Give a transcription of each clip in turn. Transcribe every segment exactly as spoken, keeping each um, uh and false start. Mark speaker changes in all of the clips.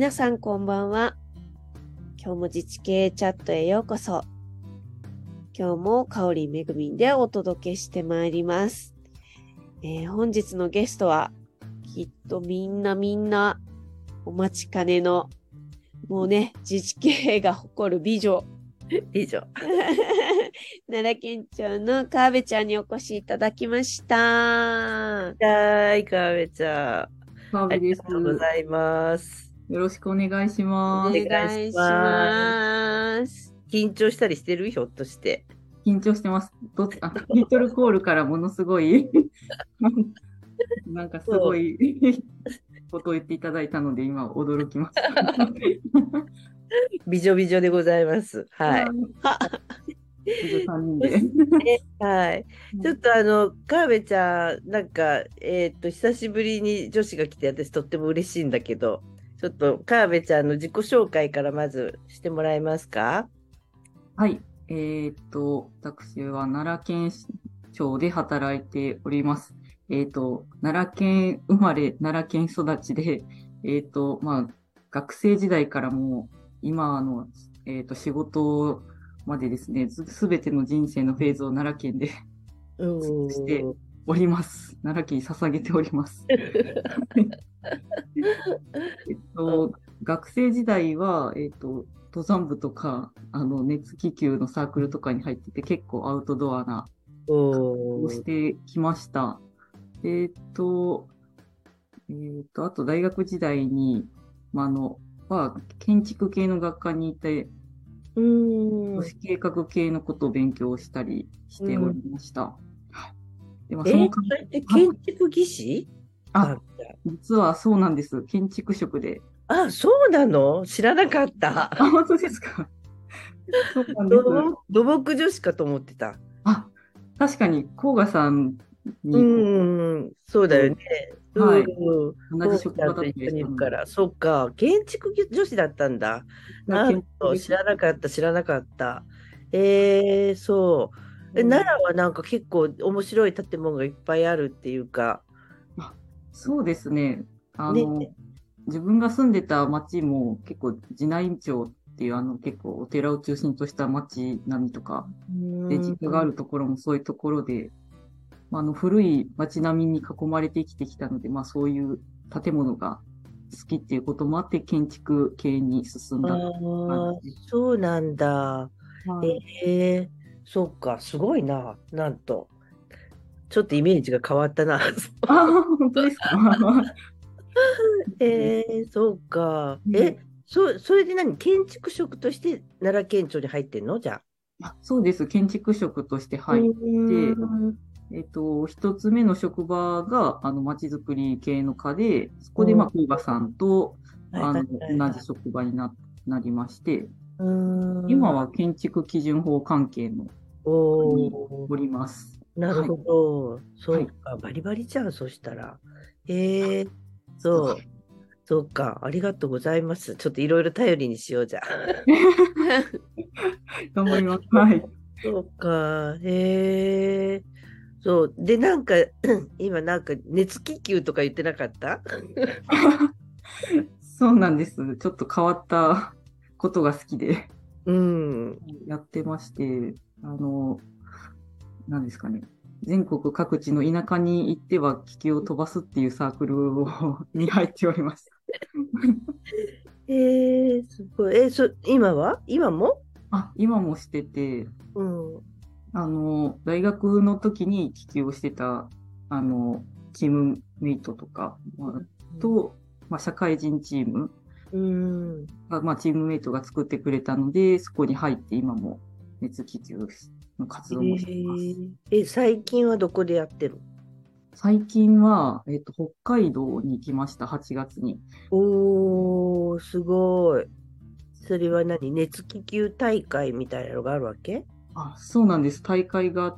Speaker 1: 皆さんこんばんは。今日も自治系チャットへようこそ。今日もかおりめぐみんでお届けしてまいります。えー、本日のゲストはきっとみんなみんなお待ちかねのもうね自治系が誇る美女
Speaker 2: 美女
Speaker 1: 奈良県庁の川辺ちゃんにお越しいただきました。
Speaker 2: はい、川辺ちゃん。
Speaker 3: 川辺です。
Speaker 2: ありがとうございます。
Speaker 3: よろしくお願いし
Speaker 1: お
Speaker 3: ます。
Speaker 1: 願いします。
Speaker 2: 緊張したりしてる？ひょっとして。
Speaker 3: 緊張してます。どあタイトルコールからものすごいなんかすごいことを言っていただいたので今驚きます。
Speaker 2: 美女美女でございます。はい。
Speaker 3: 美女さんにんで。
Speaker 2: はい。ちょっとあの、川辺ちゃん、なんか、えっと、久しぶりに女子が来て、私とっても嬉しいんだけど、ちょっと川辺ちゃんの自己紹介からまずしてもらえますか？
Speaker 3: はい。えーっと、私は奈良県庁で働いております。えーっと、奈良県生まれ、奈良県育ちで、えーっと、まあ、学生時代からもう、今の、えーっと、仕事までですね、すべての人生のフェーズを奈良県でしております。奈良県に捧げております。えっと、学生時代は、えっと、登山部とか、あの、熱気球のサークルとかに入ってて、結構アウトドアな活動をしてきました。えっと、えっと、あと大学時代に、まあ、あの、は、建築系の学科にいて、都市計画系のことを勉強したりしておりました。
Speaker 2: でもそのそれって建築技師？
Speaker 3: あ、実はそうなんです。建築職で。
Speaker 2: あ、そうなの？知らなかった。
Speaker 3: あ、本当ですか。そうなんです。
Speaker 2: 土木女子かと思ってた。
Speaker 3: あ、確かに、甲賀さんに。
Speaker 2: うん、そうだよね。
Speaker 3: はい。
Speaker 2: 同
Speaker 3: じ職場だったり
Speaker 2: したから。そっか、建築女子だったんだ。なんと知らなかった、知らなかった。えー、そう。え、奈良はなんか結構面白い建物がいっぱいあるっていうか。
Speaker 3: あ、そうですね。あの、ね、自分が住んでた町も結構、寺内町っていうあの結構お寺を中心とした町並みとか、で、実家があるところもそういうところで、まあ、あの古い町並みに囲まれて生きてきたので、まあそういう建物が好きっていうこともあって建築系に進んだ。
Speaker 2: ああ、そうなんだ。はい、えー、そっか、すごいな、なんと。ちょっとイメージが変わったな。
Speaker 3: あ、本当ですか。
Speaker 2: えー、そうか。え、そ、それで何？建築職として奈良県庁に入ってんの？じゃ
Speaker 3: あ。あ、そうです。建築職として入って、えっと、一つ目の職場が、あの、まちづくり系の課で、そこで、まあ、甲賀さんと、あの、同じ職場にな、なりまして、今は建築基準法関係の、おおります。
Speaker 2: なるほど。はい、そうか、はい、バリバリじゃん、そしたら。ええー、そう。そうか、ありがとうございます。ちょっといろいろ頼りにしようじゃ。
Speaker 3: 頑張ります。はい。
Speaker 2: そうか、へえ。そう。で、なんか、今なんか熱気球とか言ってなかった？
Speaker 3: そうなんです。ちょっと変わったことが好きで、
Speaker 2: うん、
Speaker 3: やってまして、あの、何ですかね。全国各地の田舎に行っては気球を飛ばすっていうサークルをに入っております。
Speaker 2: えー、すごい。えー、そ、今は今も
Speaker 3: あ、今もしてて、うん、あの、大学の時に気球をしてた、あの、チームメイトとか、まあ、と、まあ、社会人チームが、まあ、チームメイトが作ってくれたので、そこに入って今も熱気球の活動もしています。
Speaker 2: えー、え、最近はどこでやってる？
Speaker 3: 最近は、えっと、北海道に行きました、はちがつに。
Speaker 2: おー、すごい。それは何？熱気球大会みたいなのがあるわけ？
Speaker 3: あ、そうなんです。大会があって、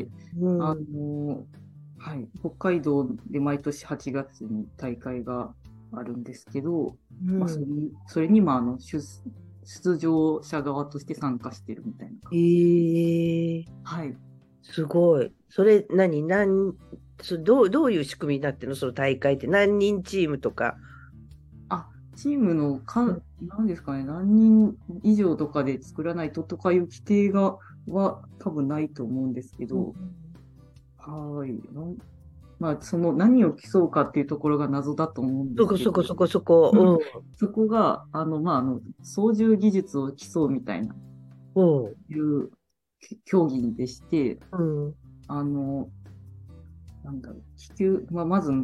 Speaker 3: うん、あの、はい、北海道で毎年はちがつに大会があるんですけど、うん、まあ、それに、それにまあ、あの、出、出場者側として参加してるみたいな。
Speaker 2: えー、
Speaker 3: はい。
Speaker 2: すごい。それ何、何、そどう、どういう仕組みになってるの？その大会って何人チームとか。
Speaker 3: あ、 チームのか、なんですかね、何人以上とかで作らないととかいう規定が、は多分ないと思うんですけど、はい。なんまあ、その何を競うかっていうところが謎だと思うんですけど、
Speaker 2: そこそこそこそこ。
Speaker 3: そこが、あの、まあ、あの、操縦技術を競うみたいな、
Speaker 2: うん。うん。
Speaker 3: いう競技でして、
Speaker 2: うん。
Speaker 3: あの、なんだろう、気球、まあ、まず、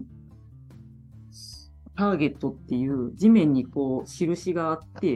Speaker 3: ターゲットっていう地面にこう印があって、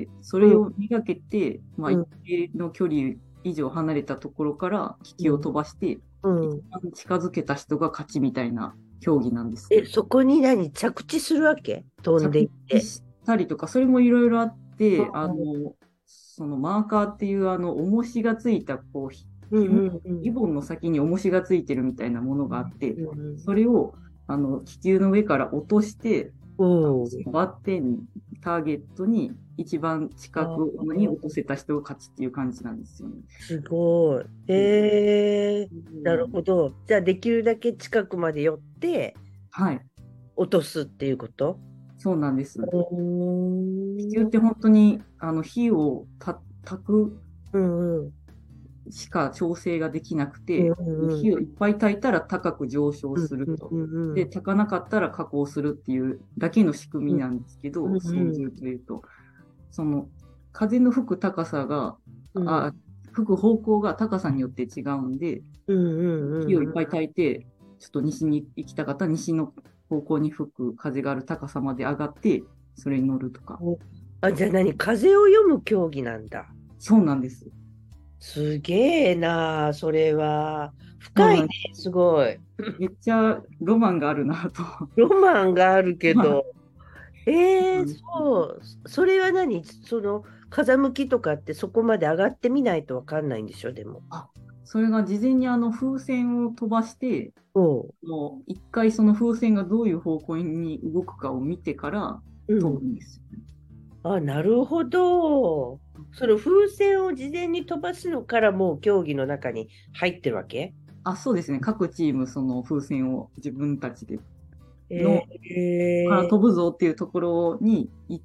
Speaker 3: それをめがけて、まあ、
Speaker 2: うん
Speaker 3: 一定の距離以上離れたところから気球を飛ばして、
Speaker 2: うん。
Speaker 3: 一番近づけた人が勝ちみたいな競技なんです
Speaker 2: え、
Speaker 3: よ。
Speaker 2: そこに何着地するわけ飛んでいっ
Speaker 3: 着
Speaker 2: て。
Speaker 3: 地したりとか、それもいろいろあって、
Speaker 2: うん
Speaker 3: あの、そのマーカーっていうあの、重しがついた、こう、ひ
Speaker 2: うん
Speaker 3: 紐
Speaker 2: うんうん。
Speaker 3: リボンの先に重しがついてるみたいなものがあって、
Speaker 2: うんうん
Speaker 3: それを、あの、気球の上から落として、
Speaker 2: うん
Speaker 3: バッテン、ターゲットに一番近くに落とせた人が勝ちっていう感じなんですよね。
Speaker 2: すごい。へえ、なるほ
Speaker 3: ど。
Speaker 2: ど。じゃあ、できるだけ近くまで寄って
Speaker 3: はい。
Speaker 2: 落とすっていうこと
Speaker 3: そうなんです。
Speaker 2: うーん
Speaker 3: 気球って本当に、あの、火をた焚く
Speaker 2: うんうん
Speaker 3: しか調整ができなく
Speaker 2: う
Speaker 3: て、
Speaker 2: んうん
Speaker 3: 火をいっぱい焚いたら高く上昇すると。
Speaker 2: うんうん
Speaker 3: で、焚かなかったら下降するっていうだけの仕組みなんですけど、
Speaker 2: うんうん
Speaker 3: 操縦というと、その、風の吹く高さが、
Speaker 2: うん
Speaker 3: あ、吹く方向が高さによって違うんで、
Speaker 2: うんうんうん
Speaker 3: 火をいっぱい焚いて、ちょっと西に行きたかったら西の方向に吹く風がある高さまで上がって、それに乗るとか。
Speaker 2: あ、じゃあ何風を読む競技なんだ。
Speaker 3: そうなんです。
Speaker 2: すげえなあ、それは。深いね、すごい。
Speaker 3: めっちゃロマンがあるなと。
Speaker 2: ロマンがあるけど。えー、
Speaker 3: うん
Speaker 2: そう。それは何その、風向きとかってそこまで上がってみないとわかんないんでしょ、でも。
Speaker 3: それが事前にあの風船を飛ばして、
Speaker 2: そ
Speaker 3: もう一回その風船がどういう方向に動くかを見てから
Speaker 2: う。
Speaker 3: 飛
Speaker 2: うん。
Speaker 3: ぶんですよね。
Speaker 2: あ、なるほど。その風船を事前に飛ばすのからもう競技の中に入ってるわけ
Speaker 3: あ、そうですね。各チームその風船を自分たちで
Speaker 2: え
Speaker 3: の
Speaker 2: ー、
Speaker 3: から飛ぶぞっていうところに行って、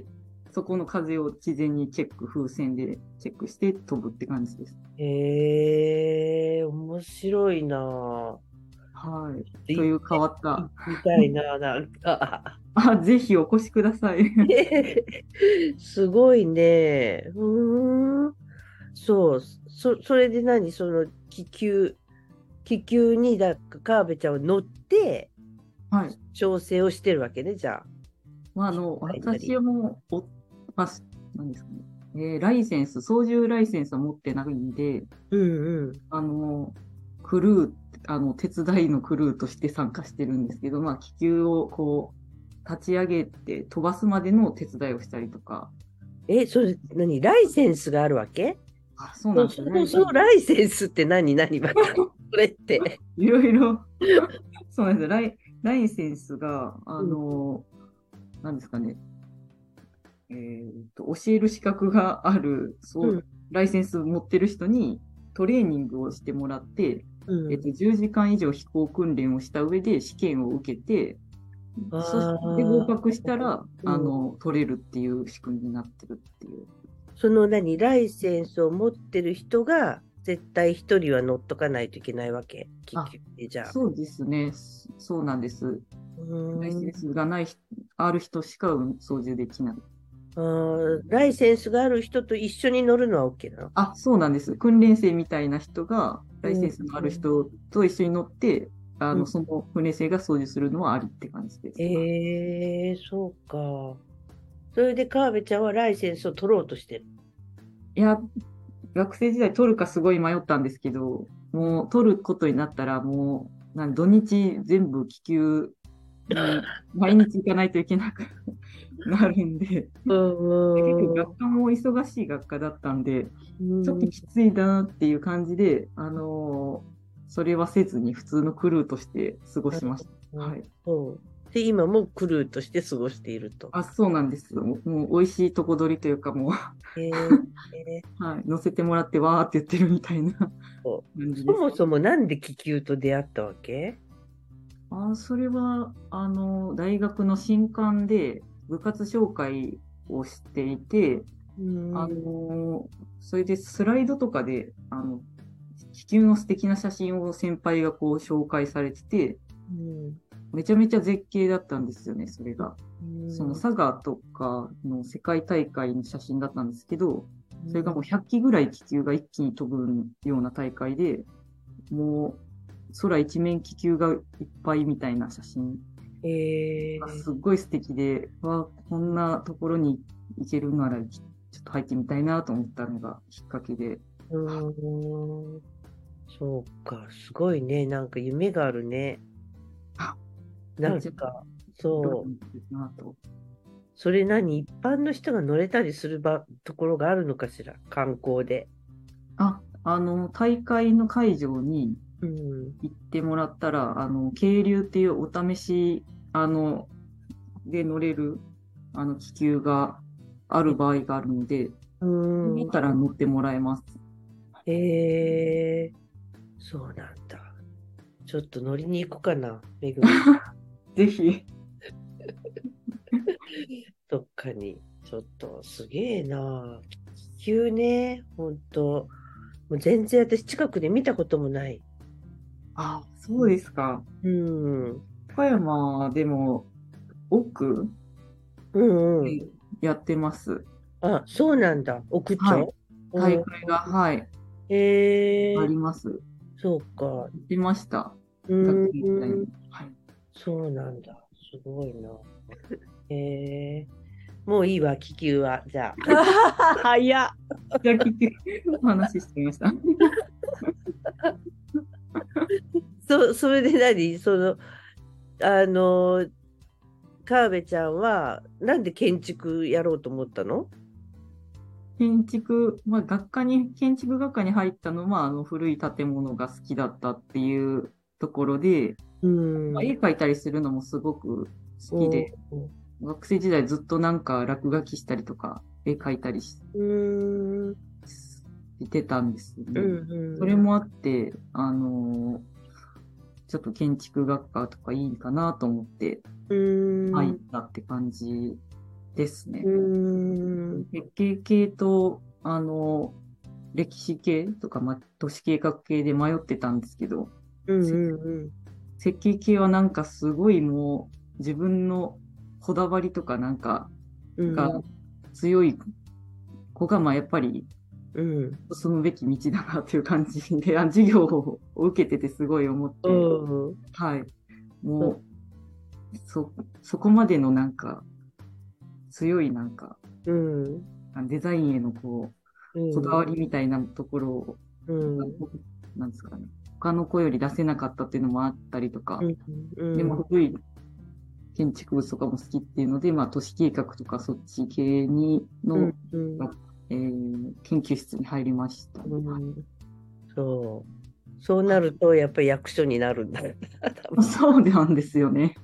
Speaker 3: そこの風を事前にチェック、風船でチェックして飛ぶって感じです。
Speaker 2: えー、面白いなぁ。
Speaker 3: はい。という変わった。
Speaker 2: みたいな、なんか。
Speaker 3: あ、ぜひお越しください。
Speaker 2: すごいね。うーん。そう。そ、それで何その気球、気球にだ川辺ちゃんは乗って
Speaker 3: はい。
Speaker 2: 調整をしてるわけね、じゃあ。
Speaker 3: まあ、あの、
Speaker 2: はい
Speaker 3: 私も、お、まあ、なんですかね。えーライセンス、操縦ライセンスは持ってないんで、
Speaker 2: うんうん。
Speaker 3: あの、クルー、あの、手伝いのクルーとして参加してるんですけど、まあ、気球をこう、立ち上げて飛ばすまでの手伝いをしたりとか。
Speaker 2: え、それ、何ライセンスがあるわけ
Speaker 3: あ、そうなんです
Speaker 2: そ
Speaker 3: よ。
Speaker 2: のそのライセンスって何何またそれって。
Speaker 3: いろいろ、そうなんですよ。ライ、ライセンスが、あの、なんですかね。えーと、教える資格がある、そう、
Speaker 2: うん
Speaker 3: ライセンス持ってる人にトレーニングをしてもらって、
Speaker 2: うん
Speaker 3: えっと、じゅうじかん以上飛行訓練をした上で試験を受けて、
Speaker 2: あー
Speaker 3: そして合格したら、
Speaker 2: うん
Speaker 3: あの、取れるっていう仕組みになってるっていう。
Speaker 2: その何ライセンスを持ってる人が絶対一人は乗っとかないといけないわけ気球でじゃあ。
Speaker 3: そうですね。そうなんです。
Speaker 2: うーん
Speaker 3: ライセンスがない人、ある人しか操縦できない。
Speaker 2: あーライセンスがある人と一緒に乗るのは OK なの
Speaker 3: あ、そうなんです。訓練生みたいな人が、ライセンスのある人と一緒に乗って、あの、
Speaker 2: うん
Speaker 3: その訓練生が操縦するのはありって感じです。
Speaker 2: えー、そうか。それで川辺ちゃんはライセンスを取ろうとしてる。
Speaker 3: いや、学生時代取るかすごい迷ったんですけど、もう取ることになったら、もう、なん土日全部気球に毎日行かないといけなくなるんで、結構学科も忙しい学科だったんで、ちょっときついなっていう感じで、あのーそれはせずに普通のクルーとして過ごしました。
Speaker 2: うん
Speaker 3: はい。
Speaker 2: そうで、今もクルーとして過ごしていると。
Speaker 3: あ、そうなんです。もう、もう美味しいとこ取りというか、もう、
Speaker 2: えーえー
Speaker 3: はい、乗せてもらってわーって言ってるみたいな
Speaker 2: そ
Speaker 3: 感じです。
Speaker 2: そもそもなんで気球と出会ったわけ
Speaker 3: あ、それは、あの、大学の新刊で、 部活紹介をしていて、
Speaker 2: うん
Speaker 3: あの、それでスライドとかで、あの、気球の素敵な写真を先輩がこう紹介されてて、
Speaker 2: うん
Speaker 3: めちゃめちゃ絶景だったんですよね、それが。
Speaker 2: うん
Speaker 3: その佐賀とかの世界大会の写真だったんですけど、それがもうひゃっきぐらい気球が一気に飛ぶような大会で、もう空一面気球がいっぱいみたいな写真
Speaker 2: え
Speaker 3: がすっごい素敵で、わ、こんなところに行けるならちょっと入ってみたいなと思ったのがきっかけで。
Speaker 2: ー、うんそうか、すごいね。なんか夢があるね。
Speaker 3: あ
Speaker 2: なんか、そう。
Speaker 3: うなと。
Speaker 2: それ何一般の人が乗れたりする場、ところがあるのかしら観光で。
Speaker 3: あ、あの、大会の会場に
Speaker 2: うん。
Speaker 3: 行ってもらったら、あの、渓流っていうお試し、あの、で乗れる、あの、気球がある場合があるので、
Speaker 2: うん
Speaker 3: 見たら乗ってもらえます。
Speaker 2: へえそうなんだ。ちょっと乗りに行こうかな、めぐみ。
Speaker 3: ぜひ。
Speaker 2: どっかに。ちょっと、すげえな。気球ね、ほんと。もう全然私近くで見たこともない。
Speaker 3: あ、そうですか。
Speaker 2: うん。
Speaker 3: 岡山でも奥
Speaker 2: うんうん。
Speaker 3: でやってます。
Speaker 2: あ、そうなんだ。奥
Speaker 3: はい
Speaker 2: 町
Speaker 3: 大会が、はい、
Speaker 2: へえ
Speaker 3: あります。
Speaker 2: そうか。
Speaker 3: 行ってました。
Speaker 2: う
Speaker 3: 学生時代
Speaker 2: ん。
Speaker 3: に。はい。
Speaker 2: そうなんだ。すごいな。へえもういいわ、気球は。じゃあ。
Speaker 1: 早っ。
Speaker 3: じゃあ、聞き、お話ししてみました。
Speaker 2: そ、それで何その、あの、川辺ちゃんは、なんで建築やろうと思ったの
Speaker 3: 建築、まあ、学科に、建築学科に入ったのは、あの、古い建物が好きだったっていうところで、
Speaker 2: うん。
Speaker 3: まあ、絵描いたりするのもすごく好きで、学生時代ずっとなんか落書きしたりとか、絵描いたりし
Speaker 2: うん。うん。
Speaker 3: してたんですよ
Speaker 2: う
Speaker 3: ね。
Speaker 2: ん。
Speaker 3: それもあって、あのちょっと建築学科とかいいかなと思って
Speaker 2: うん。
Speaker 3: 入ったって感じですね。
Speaker 2: うん。
Speaker 3: 設計系と、あの、歴史系とか、まあ、都市計画系で迷ってたんですけど、
Speaker 2: うん。
Speaker 3: せ
Speaker 2: うん。
Speaker 3: 設計系はなんかすごいもう自分のこだわりとかなんか
Speaker 2: うん。
Speaker 3: が強い子が、まあやっぱり
Speaker 2: うん。
Speaker 3: 進むべき道だなっていう感じで、あ授業を受けててすごい思って、
Speaker 2: うん。
Speaker 3: はい。もう、そ、そこまでのなんか、強いなんか、
Speaker 2: うん。
Speaker 3: デザインへのこ
Speaker 2: うん。
Speaker 3: う、こだわりみたいなところを、
Speaker 2: うん。
Speaker 3: なんですかね。他の子より出せなかったっていうのもあったりとか、
Speaker 2: うん。
Speaker 3: でも古い建築物とかも好きっていうので、まあ都市計画とかそっち系にの、
Speaker 2: うん。うん。
Speaker 3: えー研究室に入りました。
Speaker 2: うんそう。そうなると、やっぱり役所になるんだ。多分
Speaker 3: そうなんですよね。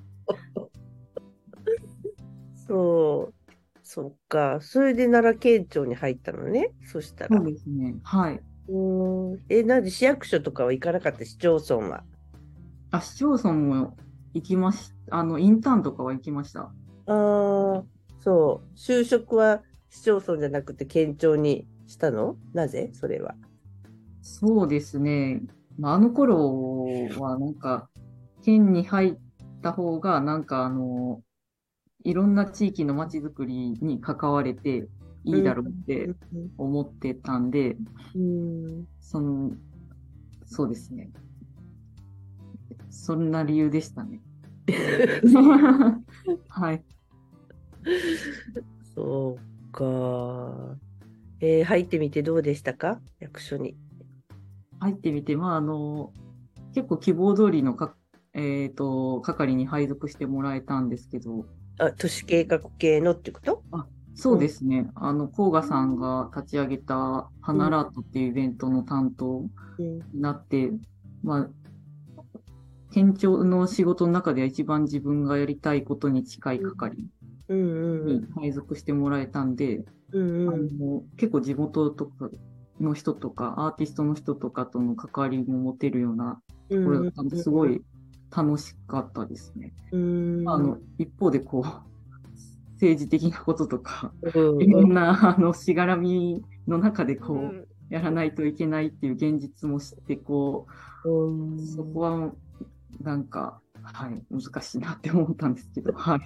Speaker 2: そう。そっか。それで奈良県庁に入ったのね。そしたら。
Speaker 3: そうですね。はい。
Speaker 2: うーんえ、なんで市役所とかは行かなかった市町村は。
Speaker 3: あ、市町村も行きまし、あの、インターンとかは行きました。
Speaker 2: ああ、そう。就職は市町村じゃなくて県庁にしたのなぜそれは。
Speaker 3: そうですね。まあ、あの頃はなんか、県に入った方が、なんかあの、いろんな地域のまちづくりに関われていいだろうって思ってたんで、
Speaker 2: うん。
Speaker 3: その、そうですね。そんな理由でしたね。はい。
Speaker 2: そうか。えー入ってみてどうでしたか役所に。
Speaker 3: 入ってみて、まあ、あの、結構希望通りのか、えっと、係に配属してもらえたんですけど、
Speaker 2: あ、都市計画系のってこと
Speaker 3: そうですね。あの、甲賀さんが立ち上げた花ラートっていうイベントの担当
Speaker 2: うん。
Speaker 3: になって、まあ、県庁の仕事の中では一番自分がやりたいことに近い係
Speaker 2: うんうん
Speaker 3: に配属してもらえたんで、あ
Speaker 2: うんうん
Speaker 3: の結構地元とかの人とか、アーティストの人とかとの関わりも持てるようなところだったんで、すごい楽しかったですね。
Speaker 2: うん
Speaker 3: あの、一方でこう、 政治的なこととか、
Speaker 2: うん
Speaker 3: いろんな、あの、しがらみの中でこう、
Speaker 1: うん
Speaker 3: やらないといけないっていう現実も知って、こう、
Speaker 2: うん
Speaker 3: そこは、なんか、はい、難しいなって思ったんですけど、はい。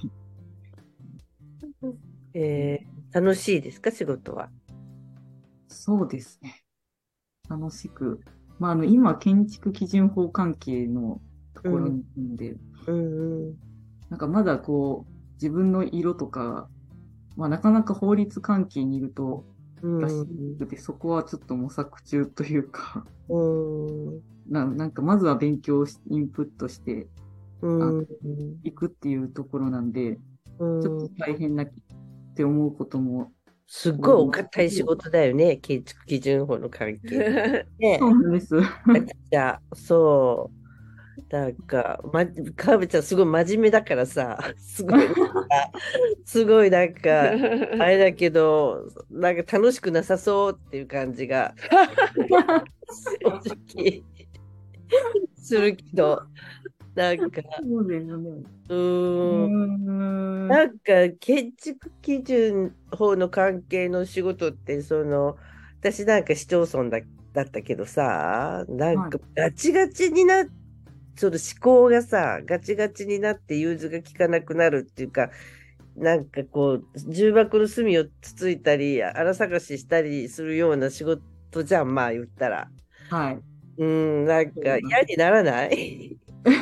Speaker 2: えー楽しいですか、仕事は。
Speaker 3: そうですね。楽しく。まあ、あの、今、建築基準法関係のところにいるんで、
Speaker 2: うんうん
Speaker 3: なんかまだこう、自分の色とか、まあ、なかなか法律関係にいると、
Speaker 2: うん
Speaker 3: 出しにくくて、そこはちょっと模索中というか、
Speaker 2: うん
Speaker 3: な、なんかまずは勉強し、インプットして
Speaker 2: うん
Speaker 3: いくっていうところなんで、
Speaker 2: うん
Speaker 3: ちょっと大変なって思うことも
Speaker 2: すっごいお堅い仕事だよね、建築基準法の関係。ね、
Speaker 3: そうなんです。
Speaker 2: じゃあ、そう。なんか、ま、川辺ちゃんすごい真面目だからさ、すごいなんか、すごいなんか、あれだけど、なんか楽しくなさそうっていう感じが、正直するけど、なんか、
Speaker 3: そうですよね。
Speaker 2: う
Speaker 3: うー
Speaker 2: ーん、
Speaker 3: ん。
Speaker 2: なんか建築基準法の関係の仕事って、その、私なんか市町村だ、だったけどさ、なん
Speaker 3: はい。
Speaker 2: かガチガチになっその思考がさ、ガチガチになって融通が利かなくなるっていうか、なんかこう、重箱の隅をつついたり、荒探ししたりするような仕事じゃん、まあ言ったら。
Speaker 3: はい。
Speaker 2: うん、なんか
Speaker 3: そうなんです。
Speaker 2: 嫌にならない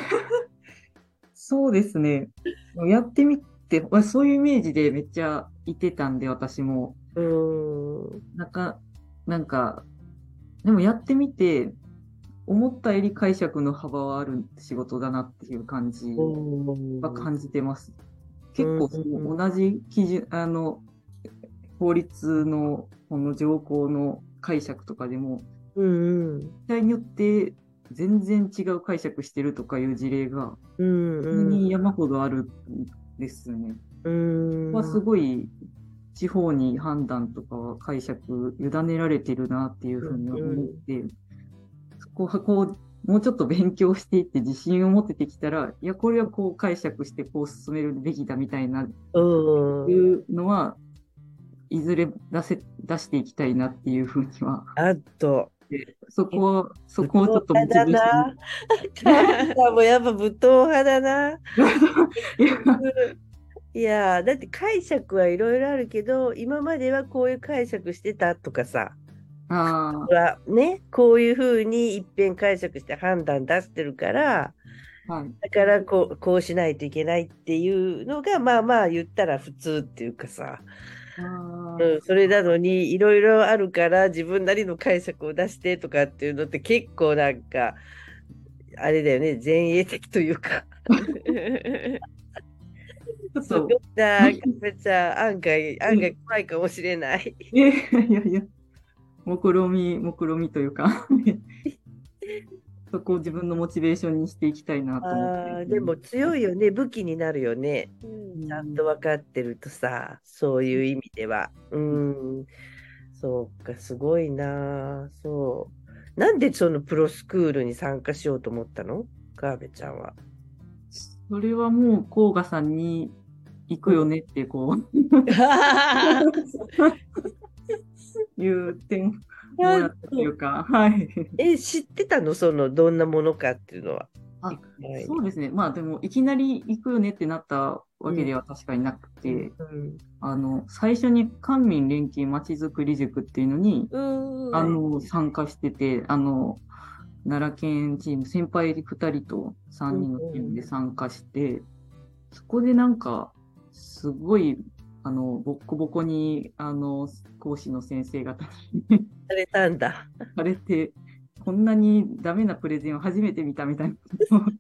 Speaker 3: そうですね。やってみて、まあそういうイメージでめっちゃいてたんで、私も。
Speaker 2: うん、うん、
Speaker 3: なんか、なんか、でもやってみて、思ったより解釈の幅はある仕事だなっていう感じ
Speaker 2: うん、
Speaker 3: は感じてます。
Speaker 2: うん、
Speaker 3: 結構その同じ基準、あの、法律のこの条項の解釈とかでも、
Speaker 2: うん、
Speaker 3: 自治体によって全然違う解釈してるとかいう事例が、
Speaker 2: う
Speaker 3: 普通
Speaker 2: ん、
Speaker 3: に山ほどあるんですね。
Speaker 2: う
Speaker 3: ここはす
Speaker 2: ん、
Speaker 3: ごい地方に判断とかは解釈委ねられてるなっていうふうには思って、そこはこう、もうちょっと勉強していって自信を持っててきたら、いや、これはこう解釈してこう進めるべきだみたいな、
Speaker 2: う
Speaker 3: い
Speaker 2: ん、
Speaker 3: うのは、いずれ出せ、出していきたいなっていうふうには、
Speaker 2: あと、
Speaker 3: でそこは、そ
Speaker 2: 武
Speaker 3: こをちょっとモチ
Speaker 2: 闘派だ
Speaker 3: ベーションに。
Speaker 2: な。カープさんもやっぱ武闘派だな。
Speaker 3: いや、
Speaker 2: いやー、だって解釈はいろいろあるけど、今まではこういう解釈してたとかさ、
Speaker 3: あ
Speaker 2: はね、こういうふうに一遍解釈して判断出してるから、
Speaker 3: あ、はい。
Speaker 2: だからこう、こうしないといけないっていうのが、まあまあ言ったら普通っていうかさ、
Speaker 3: あ
Speaker 2: うん、それなのにいろいろあるから自分なりの解釈を出してとかっていうのって結構なんか、あれだよね、前衛的というか。すごい
Speaker 3: ちょっと、
Speaker 2: な、かめちゃん、案外、案外怖いかもしれない。
Speaker 3: いやいやいやいや、目論み、目論みというかそこを自分のモチベーションにしていきたいなと思って。
Speaker 2: ああ、でも強いよね、武器になるよね。
Speaker 3: うん
Speaker 2: ちゃんと分かってるとさ、そういう意味では。うん、そうか、すごいな。そう。なんでそのプロスクールに参加しようと思ったの川辺ちゃんは。
Speaker 3: それはもう、甲賀さんに行くよねって、こう、いう点もらったというか、はい。
Speaker 2: え、知ってたのその、どんなものかっていうのは。
Speaker 3: あ、
Speaker 2: はい
Speaker 3: そうですね。まあでも、いきなり行くよねってなったわけでは確かになくて、
Speaker 2: うん
Speaker 3: あの、最初に官民連携まちづくり塾っていうのに、
Speaker 2: うん。
Speaker 3: あの、参加してて、あの、奈良県チーム、先輩ふたりとさんにんのチームで参加して、そこでなんか、すごい、あの、ボッコボコに、あの、講師の先生方に
Speaker 2: されたんだ。
Speaker 3: されて、こんなにダメなプレゼンを初めて見たみたいなことを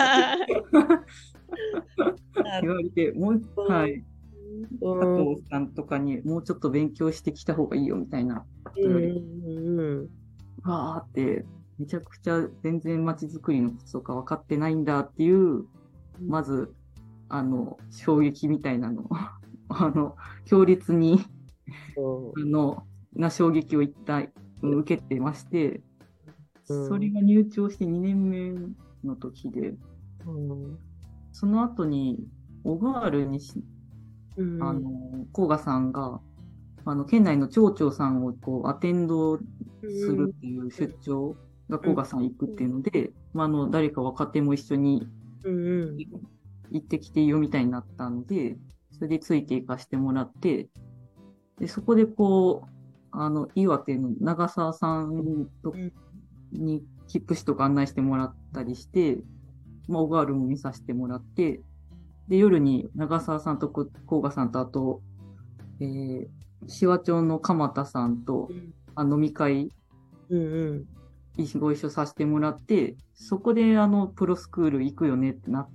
Speaker 3: 言われて、もう、はい。
Speaker 2: うん
Speaker 3: 加藤さんとかにもうちょっと勉強してきた方がいいよみたいなこと言われて、
Speaker 2: うん
Speaker 3: わーって、めちゃくちゃ全然街づくりのこととか分かってないんだっていう、まず、あの、衝撃みたいなのを、あの、強烈に、
Speaker 2: そ
Speaker 3: あの、な衝撃を一体受けてまして、
Speaker 2: うん
Speaker 3: それが入庁してにねんめの時で、
Speaker 2: ううん
Speaker 3: その後に、小川原にし
Speaker 1: うん
Speaker 3: あの、甲賀さんが、あの、県内の町長さんをこう、アテンドするっていう出張が甲賀さん行くっていうので、まあ、あの、誰か若手も一緒に
Speaker 1: うんうん
Speaker 3: 行ってきていいよみたいになったんで、それでついて行かしてもらって、で、そこでこう、あの、岩手の長澤さんとに切符紙とか案内してもらったりして、まあ、小川ルも見させてもらって、で、夜に長澤さんと甲賀さんと、あと、えー、紫波町の鎌田さんと、あ飲み会、
Speaker 1: うん
Speaker 3: ご一緒させてもらって、そこであの、プロスクール行くよねってなって、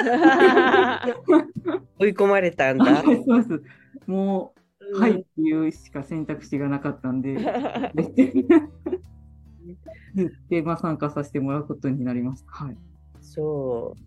Speaker 2: 追い込まれたんだ。
Speaker 3: そうです。もう、はいっていうしか選択肢がなかったんで、言って、まあ、参加させてもらうことになりました。はい。
Speaker 2: そう、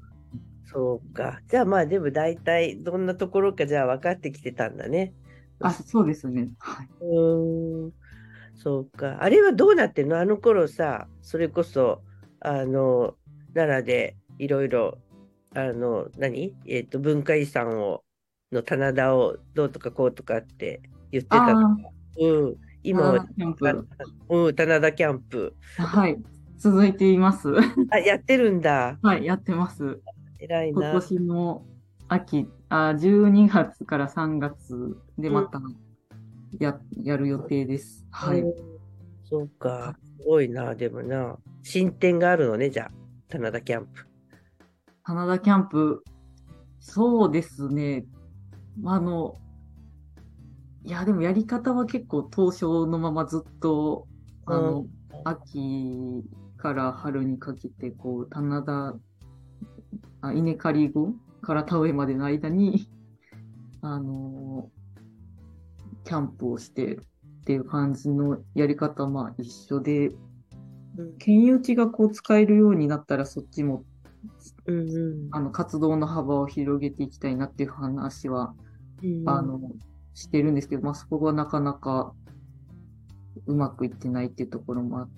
Speaker 2: そうか。じゃあまあでも大体どんなところかじゃあ分かってきてたんだね。
Speaker 3: あ、そうですね。はい。
Speaker 2: うーん、そうか。あれはどうなってんの？あの頃さ、それこそ、あの、奈良でいろいろ、あの、何えっと、文化遺産を、の棚田をどうとかこうとかって言ってたの。
Speaker 3: あ
Speaker 2: うん。今は、
Speaker 3: 棚田キャンプ。
Speaker 2: うん、棚田キャンプ。
Speaker 3: はい。続いています。
Speaker 2: あ、やってるんだ。
Speaker 3: はい、やってます。今
Speaker 2: 偉いな。
Speaker 3: 年の秋、あ、じゅうにがつからさんがつでまたや、やる予定です。はい。
Speaker 2: うん、そうか。すごいな、でもな。進展があるのね、じゃあ、棚田キャンプ。
Speaker 3: 棚田キャンプ、そうですね。あの、いや、でもやり方は結構当初のままずっと、あの、秋から春にかけて、こう、棚田、あ稲刈り後から田植えまでの間に、あの、キャンプをしてっていう感じのやり方はまあ一緒で、県有地がこう使えるようになったらそっちも、
Speaker 2: うんうん、
Speaker 3: あの活動の幅を広げていきたいなっていう話は、
Speaker 2: うん、
Speaker 3: あの、してるんですけど、まあそこがなかなかうまくいってないっていうところもあって、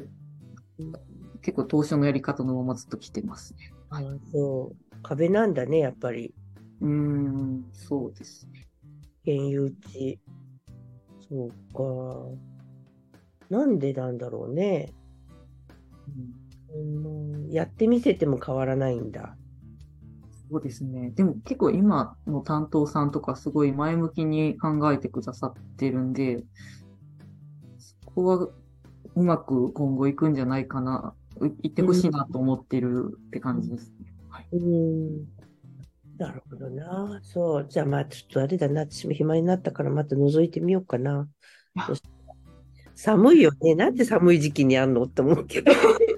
Speaker 3: 結構当初のやり方のままずっと来てますね。
Speaker 2: はい、そう。壁なんだね、やっぱり。
Speaker 3: うーん、そうですね。
Speaker 2: 県有地。そうか。なんでなんだろうね。うん、やってみせても変わらないんだ。
Speaker 3: そうですね。でも結構今の担当さんとかすごい前向きに考えてくださってるんで、そこはうまく今後いくんじゃないかな、いってほしいなと思ってるって感じですね。はい、
Speaker 2: うん、なるほどな。そう。じゃあまあちょっとあれだな。私も暇になったからまた覗いてみようかな。寒いよね。なんで寒い時期にやんのって思うけど。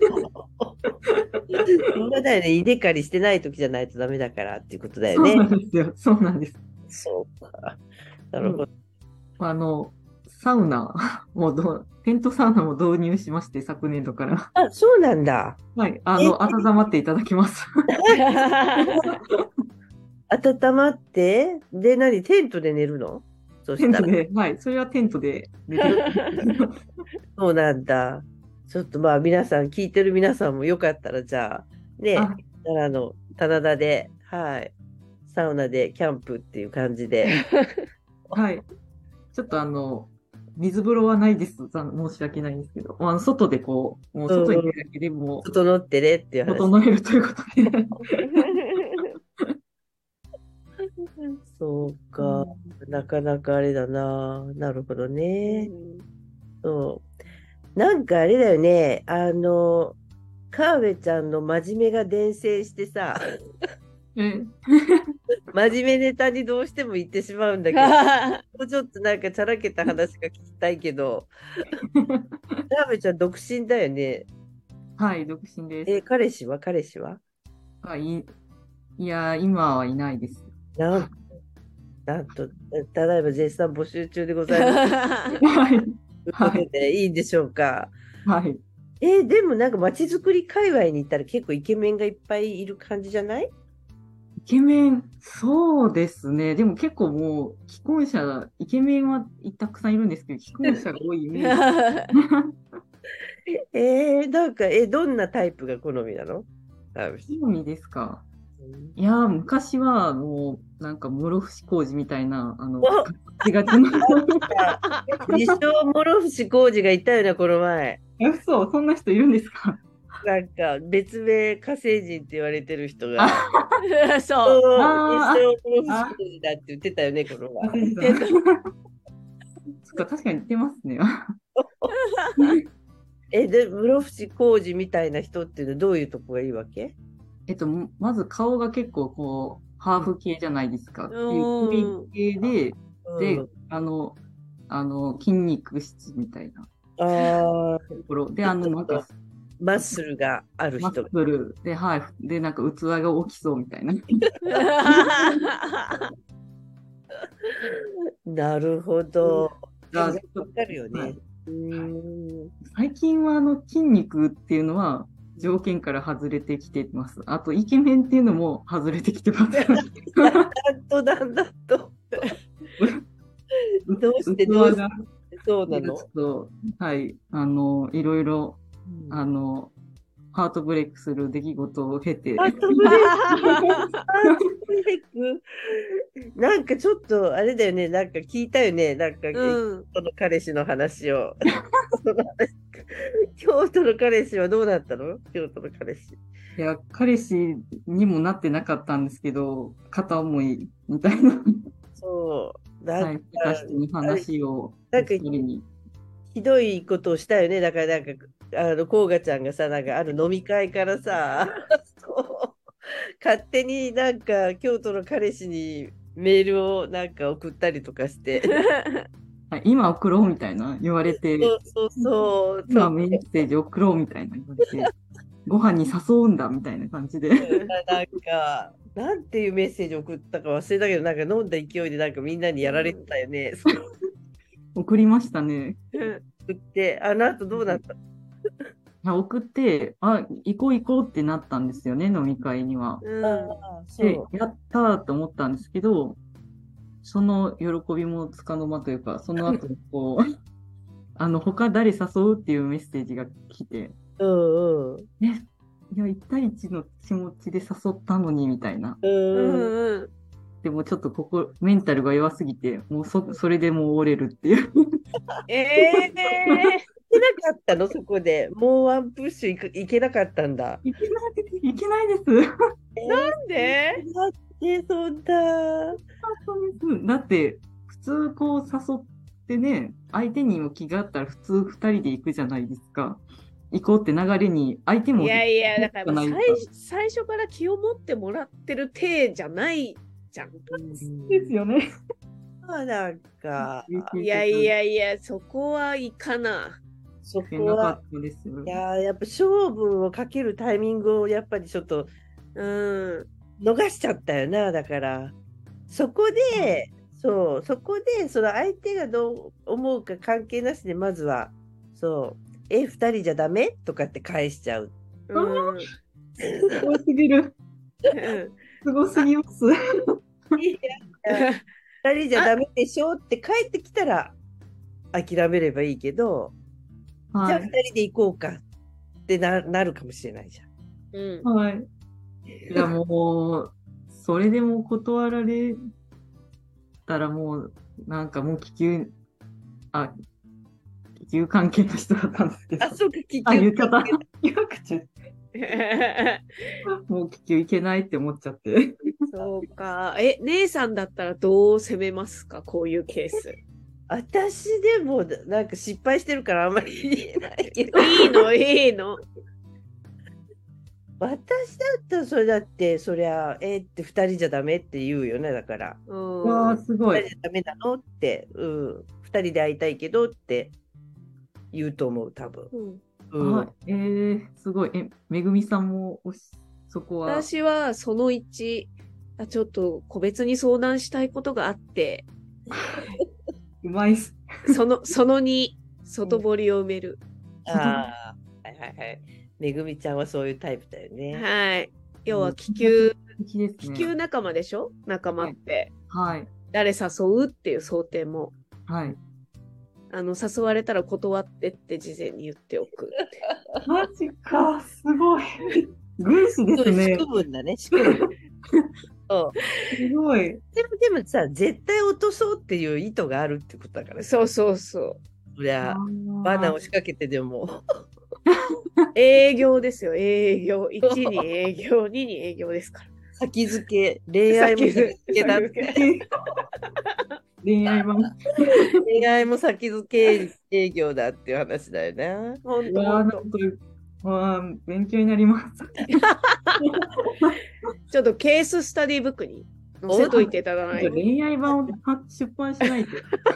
Speaker 2: そうだよね。稲刈りしてない時じゃないとダメだからっていうことだよね。
Speaker 3: そうなんですよ。そうなんです。
Speaker 2: そうか。なるほど。
Speaker 3: あの、サウナもど、テントサウナも導入しまして、昨年度から。
Speaker 2: あ、そうなんだ。
Speaker 3: はい。あの、温まっていただきます。
Speaker 2: 温まって、で、何テントで寝るの？そしたら。
Speaker 3: テントで、はい。それはテントで寝てる。
Speaker 2: そうなんだ。ちょっとまあ皆さん、聞いてる皆さんもよかったら、じゃあ、ね、
Speaker 3: あ、
Speaker 2: 奈良の棚田で、はい、サウナでキャンプっていう感じで。
Speaker 3: はい。ちょっとあの、水風呂はないです。申し訳ないんですけど、あの外でこう、もう外に出るだけでも、
Speaker 2: 整ってねっていう話。
Speaker 3: 整えるということで。
Speaker 2: そうか、なかなかあれだな。なるほどね。そう。なんかあれだよね。あの、川辺ちゃんの真面目が伝染してさ、
Speaker 3: え
Speaker 2: 真面目ネタにどうしても言ってしまうんだけど、もうちょっとなんかちゃらけた話が聞きたいけど、川辺ちゃん独身だよね。
Speaker 3: はい、独身です。
Speaker 2: え、彼氏は彼氏は
Speaker 3: あい、いや、今はいないです。
Speaker 2: なんなんと、ただいま絶賛募集中でございます。
Speaker 3: はい。
Speaker 2: ということで、いいんでしょうか。
Speaker 3: はい。
Speaker 2: えーでもなんか街づくり界隈に行ったら結構イケメンがいっぱいいる感じじゃない？
Speaker 3: イケメン、そうですね。でも結構もう、既婚者、イケメンはたくさんいるんですけど、既婚者が多いイメージ。
Speaker 2: えー、なんか、え、どんなタイプが好みなの？あ、
Speaker 3: 好みですか。 いやー、昔はもう、なんか、室伏浩二みたいな、あの、
Speaker 2: お
Speaker 3: ガチガチの。
Speaker 2: 自称諸伏浩二がいたよね、この前。
Speaker 3: え、嘘、そんな人いるんですか？
Speaker 2: なんか、別名火星人って言われてる人が、
Speaker 3: あ、
Speaker 1: そう。
Speaker 2: そう
Speaker 3: あ
Speaker 2: 自称諸伏
Speaker 3: あ、
Speaker 2: 浩二だって言ってたよね、この
Speaker 3: あ、
Speaker 2: 前。
Speaker 3: 忘れてた。そっか、確かに似てますね。
Speaker 2: え、で、室伏浩二みたいな人っていうのはどういうとこがいいわけ？
Speaker 3: えっと、まず顔が結構こう、ハーフ系じゃないですか。っていう
Speaker 1: うん。
Speaker 3: 系で、で
Speaker 2: うん、、
Speaker 3: あの、あの、筋肉質みたいな
Speaker 2: ああ、
Speaker 3: ところ。で、あの、なんか、
Speaker 2: マッスルがある
Speaker 3: マッ
Speaker 2: 人。
Speaker 3: スルで、はい。で、なんか器が大きそうみたいな。
Speaker 2: なるほど。でも
Speaker 3: が
Speaker 2: わかるよね。
Speaker 3: はいう
Speaker 2: ーん。
Speaker 3: 最近はあの筋肉っていうのは条件から外れてきてます。あとイケメンっていうのも外れてきてます。
Speaker 2: なんとなんだと。どうしてどうして
Speaker 3: 器が、
Speaker 2: そうなの？
Speaker 3: ちょっと、はい、あの、いろいろ、あの、ハートブレイクする出来事を経て、
Speaker 2: ハートブレイク。ハートブレイク。なんかちょっとあれだよね。なんか聞いたよね。なんか、
Speaker 1: うん。
Speaker 2: 京都の彼氏の話を。京都の彼氏はどうなったの？京都の彼氏。
Speaker 3: いや、彼氏にもなってなかったんですけど、片思いみたいな、
Speaker 2: そう。な
Speaker 3: はい、
Speaker 2: んか、
Speaker 3: た人に
Speaker 2: あれ、
Speaker 3: 話を、
Speaker 2: なんか
Speaker 3: 一人に。
Speaker 2: ひどいことをしたよね。だからなんか、あの、こうがちゃんがさ、なんかある飲み会からさ、そう、勝手になんか京都の彼氏にメールをなんか送ったりとかして。
Speaker 3: はい、今送ろうみたいな言われて、
Speaker 2: そうそうそう。
Speaker 3: 今メッセージ送ろうみたいな言われて、ご飯に誘うんだみたいな感じで。
Speaker 2: なんか、なんていうメッセージ送ったか忘れたけど、なんか飲んだ勢いでなんかみんなにやられてたよね。そう
Speaker 3: 送りましたね。
Speaker 2: 送って、あの後どうなったの？
Speaker 3: いや送って、あ、行こう行こうってなったんですよね、飲み会には。
Speaker 1: うん。
Speaker 2: ああ、そ
Speaker 3: で、
Speaker 2: う。
Speaker 3: やったーと思ったんですけど、その喜びもつかの間というか、その後、こう、あの、他誰誘うっていうメッセージが来て、
Speaker 2: うんうん。
Speaker 3: え、いや、一対一の気持ちで誘ったのに、みたいな。
Speaker 1: う
Speaker 2: うんうん。
Speaker 1: んうん。
Speaker 3: でもちょっとここ、メンタルが弱すぎて、もうそ、それでもう折れるっていう。
Speaker 1: ええー。
Speaker 2: いけなかったのそこで。もうワンプッシュいくいけなかったんだ。
Speaker 3: いけない、いけないです。
Speaker 1: なんで？
Speaker 2: だってそんな。
Speaker 3: だって、普通こう誘ってね、相手にも気があったら普通二人で行くじゃないですか。行こうって流れに、相手も
Speaker 1: いやいや、だから
Speaker 3: ない
Speaker 1: 最最初から気を持ってもらってる体じゃないじゃん。
Speaker 3: ですよね。
Speaker 2: あなんか、
Speaker 1: いやいやいや、そこはいかな。
Speaker 2: そこ
Speaker 3: なか
Speaker 2: は、
Speaker 3: ったですよ。
Speaker 2: いや、やっぱ勝負をかけるタイミングをやっぱりちょっと
Speaker 1: うん。
Speaker 2: 逃しちゃったよな、だから。そこで、そう、そこで、その相手がどう思うか関係なしで、まずは、そう、え、二人じゃダメとかって返しちゃう。
Speaker 1: うん。
Speaker 3: すごすぎる。すごすぎます。
Speaker 2: いや二人じゃダメでしょって帰ってきたら諦めればいいけど、
Speaker 3: はい、
Speaker 2: じゃあ二人で行こうかってな、なるかもしれないじゃん。
Speaker 1: うん。
Speaker 3: はい。いやもう、それでも断られたらもう、なんかもう気球、あ、気球関係の人だったんですけど。
Speaker 2: あ、そうか、結
Speaker 3: あ、言っ
Speaker 2: 局。
Speaker 3: ちゃった。言わ口もう気球いけないって思っちゃって。
Speaker 1: そうか。え、姉さんだったらどう攻めますか、こういうケース。
Speaker 2: 私でもなんか失敗してるからあんまり言えないけど。
Speaker 1: いいの、いいの。
Speaker 2: 私だったらそれだってそりゃえーって二人じゃダメって言うよねだから
Speaker 1: うん
Speaker 3: わあ、すごい。
Speaker 2: 二人じゃダメなのってうん二人で会いたいけどって言うと思う多分、
Speaker 1: うん
Speaker 2: うん、
Speaker 3: あ、えー、すごい。え、めぐみさんもおし、そこは。
Speaker 1: 私はそのいち、あ、ちょっと個別に相談したいことがあって、
Speaker 3: うまいっす。
Speaker 1: その、そのに、外堀を埋める。
Speaker 2: ああはいはいはいめぐみちゃんはそういうタイプだよね
Speaker 1: はい。要は気球、
Speaker 3: 素敵ですね。
Speaker 1: 気球仲間でしょ、仲間って。
Speaker 3: はい。
Speaker 1: 誰誘うっていう想定も。
Speaker 3: はい。
Speaker 1: あの、誘われたら断ってって事前に言っておくって。
Speaker 3: マジか、すごい。軍師ですね
Speaker 2: 仕。組むんだね仕組むそう
Speaker 3: すごい。
Speaker 2: でも、でもさ、絶対落とそうっていう意図があるってことだからさ。
Speaker 1: そうそうそ
Speaker 2: そりゃ、
Speaker 3: あー
Speaker 2: 罠を仕掛けてでも。
Speaker 1: う。営業ですよ、営業。いちに営業、にに営業ですから。
Speaker 2: 先付け、恋愛も先付けだっ
Speaker 1: 先付
Speaker 2: て。
Speaker 3: 恋愛版。
Speaker 2: 恋愛も先付け営業だっていう話だよね。
Speaker 1: 本
Speaker 3: いやー、なん
Speaker 1: 当本当。
Speaker 3: か、わー勉強になります。
Speaker 1: ちょっとケーススタディブックに載せといていただかないと。
Speaker 3: 恋愛版を出版しないと。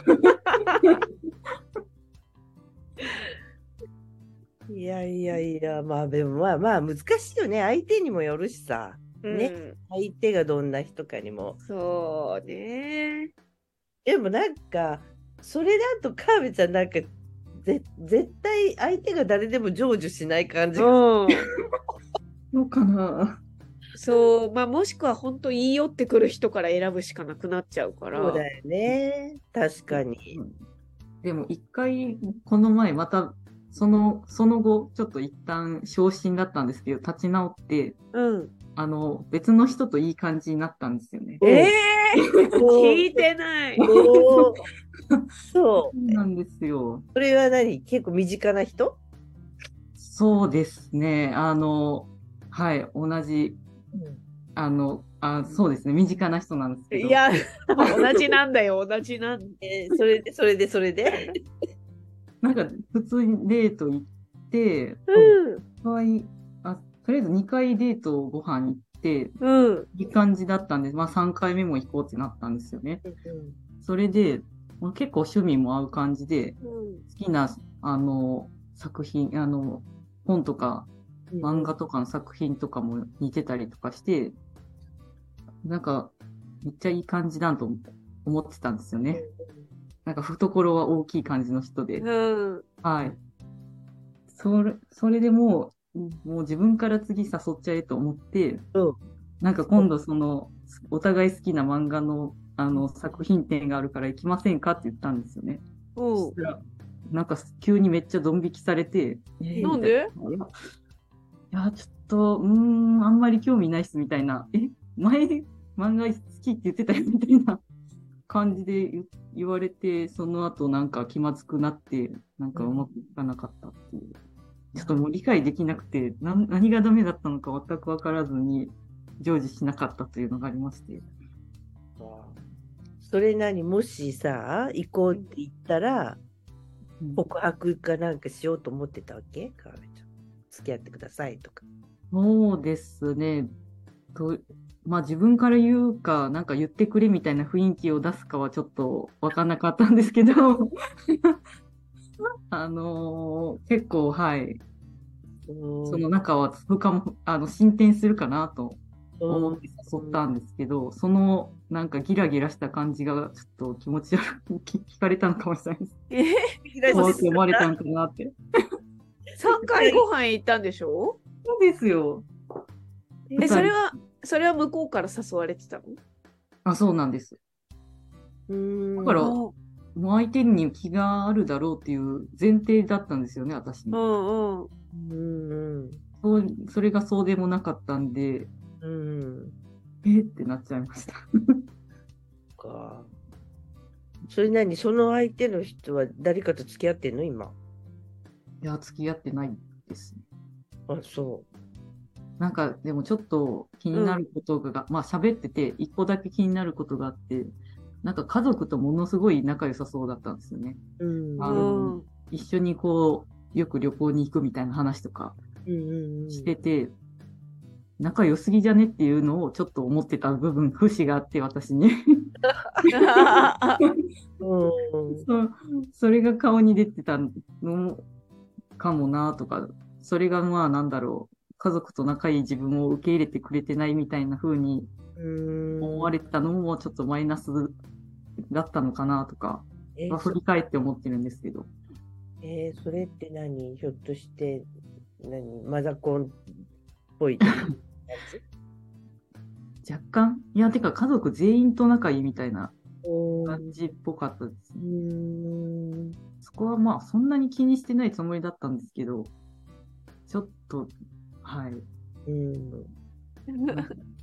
Speaker 2: いやいやいや、まあでもまあまあ難しいよね。相手にもよるしさ。ね。
Speaker 1: うん、
Speaker 2: 相手がどんな人かにも。
Speaker 1: そうね。
Speaker 2: でもなんか、それだと川辺ちゃんなんか、ぜ絶対相手が誰でも成就しない感じが。
Speaker 1: うん。
Speaker 3: そうかな。
Speaker 1: そう、まあもしくは本当言い寄ってくる人から選ぶしかなくなっちゃうから。
Speaker 2: そうだよね。確かに。
Speaker 3: でも一回、この前また、その、その後、ちょっと一旦昇進だったんですけど、立ち直って、
Speaker 1: うん。
Speaker 3: あの、別の人といい感じになったんですよね。
Speaker 2: うん
Speaker 1: ええー、
Speaker 2: おー
Speaker 1: 聞いてない。
Speaker 2: おーそ
Speaker 3: そうう。なんですよ。
Speaker 2: それは何結構身近な人
Speaker 3: そうですね。あの、はい、同じ、あの、あ、そうですね。身近な人なんですけど。
Speaker 1: いや、同じなんだよ、同じなんだ。
Speaker 2: えーそれで、それで、それで。
Speaker 3: なんか、普通にデート行って、
Speaker 1: うん。
Speaker 3: 一回あ、とりあえずにかいデートご飯行って、
Speaker 1: うん。
Speaker 3: いい感じだったんで、まあさんかいめも行こうってなったんですよね。それで、まあ結構趣味も合う感じで、好きな、あの、作品、あの、本とか、漫画とかの作品とかも似てたりとかして、なんか、めっちゃいい感じだと思ってたんですよね。なんか懐は大きい感じの人で。
Speaker 1: うん。
Speaker 3: はい。それ、それでもう、もう自分から次誘っちゃえと思って、
Speaker 2: うん
Speaker 3: なんか今度その、お互い好きな漫画の、あの、作品展があるから行きませんかって言ったんですよね。
Speaker 1: うん
Speaker 3: そしたら、なんか急にめっちゃドン引きされて、えー
Speaker 1: なんで
Speaker 3: みたいないや、いやちょっと、うーん、あんまり興味ないっすみたいな、え、前、漫画好きって言ってたよみたいな感じで言言われて、その後なんか気まずくなって、なんかうまくいかなかったっていう。ちょっともう理解できなくて、な何がダメだったのか全くわからずに、成就しなかったというのがありまして。
Speaker 2: それ何もしさ、行こうって言ったら、
Speaker 3: うん
Speaker 2: 告白かなんかしようと思ってたわけ川辺ちゃん。付き合ってくださいとか。
Speaker 3: そうですね。と、まあ自分から言うか、なんか言ってくれみたいな雰囲気を出すかはちょっとわかんなかったんですけど、あのー結構、はい、その中は深も、あの、進展するかなと思って誘ったんですけど、そのなんかギラギラした感じがちょっと気持ち悪く聞かれたのかもしれないです。
Speaker 1: え
Speaker 3: そうって思われたのかなって。
Speaker 1: さんかいご飯行ったんでしょ
Speaker 3: そうですよ。
Speaker 1: え、それは、それは向こうから誘われてたの
Speaker 3: あ、そうなんです。
Speaker 2: うん
Speaker 3: だから、
Speaker 1: うん
Speaker 3: もう相手に気があるだろうっていう前提だったんですよね、私に。
Speaker 1: うんうん。
Speaker 2: うんうん
Speaker 3: そうそれがそうでもなかったんで、
Speaker 2: うん
Speaker 3: えってなっちゃいました。
Speaker 2: か。それ何その相手の人は誰かと付き合ってんの今。
Speaker 3: いや、付き合ってないですね。
Speaker 2: あ、そ
Speaker 3: なんか、でもちょっと気になることが、まあ喋ってて、一個だけ気になることがあって、なんか家族とものすごい仲良さそうだったんですよね。
Speaker 2: う。うん
Speaker 3: あ
Speaker 1: う
Speaker 3: の
Speaker 1: ん
Speaker 3: 一緒にこう、よく旅行に行くみたいな話とか
Speaker 2: うんうんうん
Speaker 3: してて、仲良すぎじゃねっていうのをちょっと思ってた部分、節があって、私に。
Speaker 2: うん
Speaker 3: そうそれが顔に出てたのかもなとか、それがまあなんだろう、家族と仲いい自分を受け入れてくれてないみたいな風に
Speaker 2: うん
Speaker 3: 思われてたのもちょっとマイナスだったのかなとか、
Speaker 2: え
Speaker 3: まあ、振り返って思ってるんですけど。
Speaker 2: えーそれって何ひょっとして何マザコンっぽいやつ
Speaker 3: 若干いや、てか家族全員と仲いいみたいな
Speaker 2: おー
Speaker 3: 感じっぽかったです
Speaker 2: う
Speaker 3: ね。
Speaker 2: ーん
Speaker 3: そこはまあそんなに気にしてないつもりだったんですけど、ちょっと、はい。
Speaker 2: うん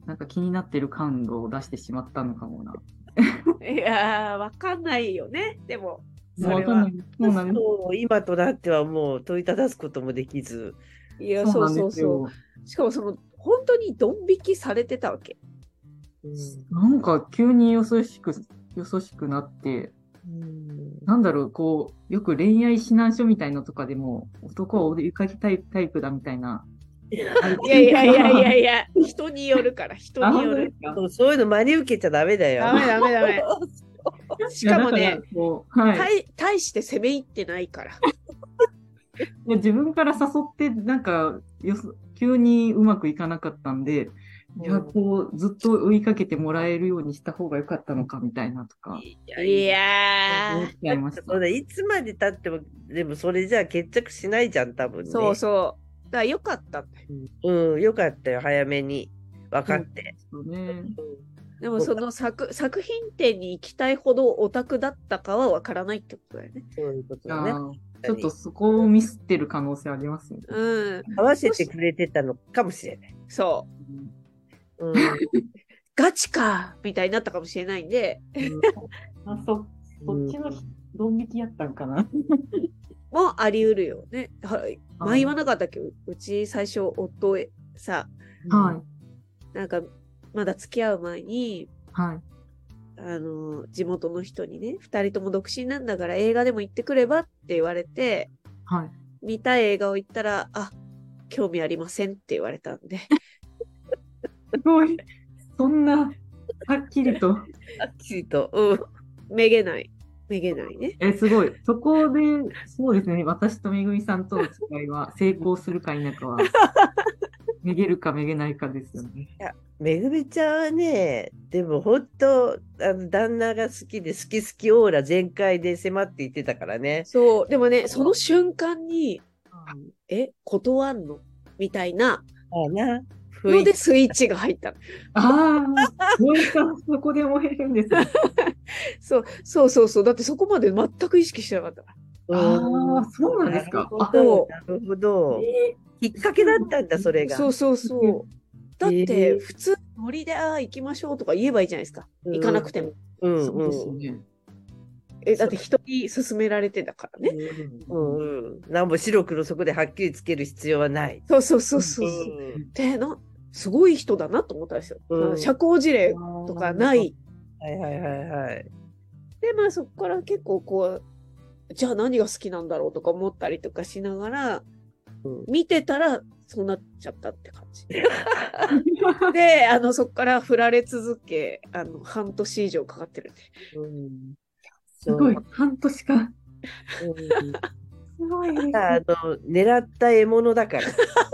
Speaker 3: なんか気になってる感度を出してしまったのかもな。
Speaker 1: いやー、わかんないよね。でも、それは
Speaker 3: もうわかんない。。そうなんです。
Speaker 2: そう今となってはもう問いただすこともできず。
Speaker 1: いや、
Speaker 3: そう
Speaker 1: そうそう
Speaker 3: なんですよ。
Speaker 1: そう。しかもその、本当にドン引きされてたわけ。
Speaker 2: うん
Speaker 3: なんか急によそしく、よそしくなって、
Speaker 2: うん
Speaker 3: なんだろう、こう、よく恋愛指南書みたいのとかでも、男は追いかけタイプタイプだみたいな。
Speaker 1: いやいやいやいやいや、人によるから、人
Speaker 3: あ、
Speaker 1: による
Speaker 3: 本当です。か。
Speaker 2: そうそういうの真に受けちゃダメだよ。
Speaker 1: ダメダメダメ。しかもね
Speaker 3: いやだから、こう、はい。
Speaker 1: 大大して攻め入ってないから。
Speaker 3: いや自分から誘って、なんかよそ、急にうまくいかなかったんで、いや、こう、ずっと追いかけてもらえるようにした方が良かったのかみたいなとか、
Speaker 2: い
Speaker 1: い
Speaker 2: や
Speaker 1: や
Speaker 3: 思っちゃいました。
Speaker 2: そうだいつまで経っても、でもそれじゃあ決着しないじゃん、多分
Speaker 1: ー、
Speaker 2: ね。
Speaker 1: そうそう。だからよかったんだよ。
Speaker 2: うん、よかったよ、早めに分かって。
Speaker 3: そうね。
Speaker 1: でもその作作品展に行きたいほどオタクだったかはわからないってことだよね。
Speaker 2: そういうこと
Speaker 3: あ
Speaker 2: だね。
Speaker 3: ーちょっとそこをミスってる可能性ありますよね。
Speaker 1: うん。
Speaker 2: 合わせてくれてたのかもしれない。
Speaker 1: そう。
Speaker 2: うん、
Speaker 1: ガチかみたいになったかもしれないんで、
Speaker 3: あ、そ、そっちのドン引きやったんかな。
Speaker 1: もあり得るよね。はい。
Speaker 3: あー
Speaker 1: 前言わなかったっけううち最初夫へさ、
Speaker 3: はい。
Speaker 1: なんかまだ付き合う前に、
Speaker 3: はい。
Speaker 1: あの、地元の人にね、二人とも独身なんだから映画でも行ってくればって言われて、
Speaker 3: はい。
Speaker 1: 見たい映画を言ったら、あ、興味ありませんって言われたんで。
Speaker 3: すごい。そんな、はっきりと。
Speaker 2: はっきりと。うん。
Speaker 1: めげない。めげないね。
Speaker 3: え、すごい。そこで、そうですね。私とめぐみさんとの違いは、成功するか否かは、めげるかめげないかですよね。
Speaker 2: めぐみちゃんはね、でも本当、あの旦那が好きで、好き好きオーラ全開で迫っていってたからね。
Speaker 1: そう。でもね、その瞬間に、え、断んのみたいな
Speaker 2: ああな。
Speaker 1: のでスイッチが入ったの。
Speaker 3: ああ、燃えた、そこで燃えるんですね。
Speaker 1: そう、そうそうそう。だってそこまで全く意識してなかったから。
Speaker 3: ああ、そうなんですか。
Speaker 2: なるほ
Speaker 3: あ、
Speaker 2: ど。なるほど。きっかけだったんだ、それが。
Speaker 1: そうそうそう。だっ
Speaker 2: え
Speaker 1: て、
Speaker 2: ー
Speaker 1: 普通、ノリで、ああ、行きましょうとか言えばいいじゃないですか。行かなくても。
Speaker 2: うん
Speaker 3: そうです
Speaker 2: うん。
Speaker 3: ね。
Speaker 1: え、だって人に勧められてたからね。
Speaker 2: うんうん。なんも白黒そこではっきりつける必要はない。
Speaker 1: そうそうそうそう。
Speaker 2: うん
Speaker 1: で、な、すごい人だなと思ったんですよ。
Speaker 2: うん
Speaker 1: 社交辞令とかない。
Speaker 2: はいはいはいはい。
Speaker 1: で、まあそこから結構こう、じゃあ何が好きなんだろうとか思ったりとかしながら、
Speaker 2: うん
Speaker 1: 見てたらそうなっちゃったって感じ。で、あの、そこから振られ続け、あの、半年以上かかってるんで。
Speaker 2: うん
Speaker 3: すごい
Speaker 2: そう。
Speaker 3: 半年か。
Speaker 2: うん
Speaker 3: すごいです
Speaker 2: あの、狙った獲物だから、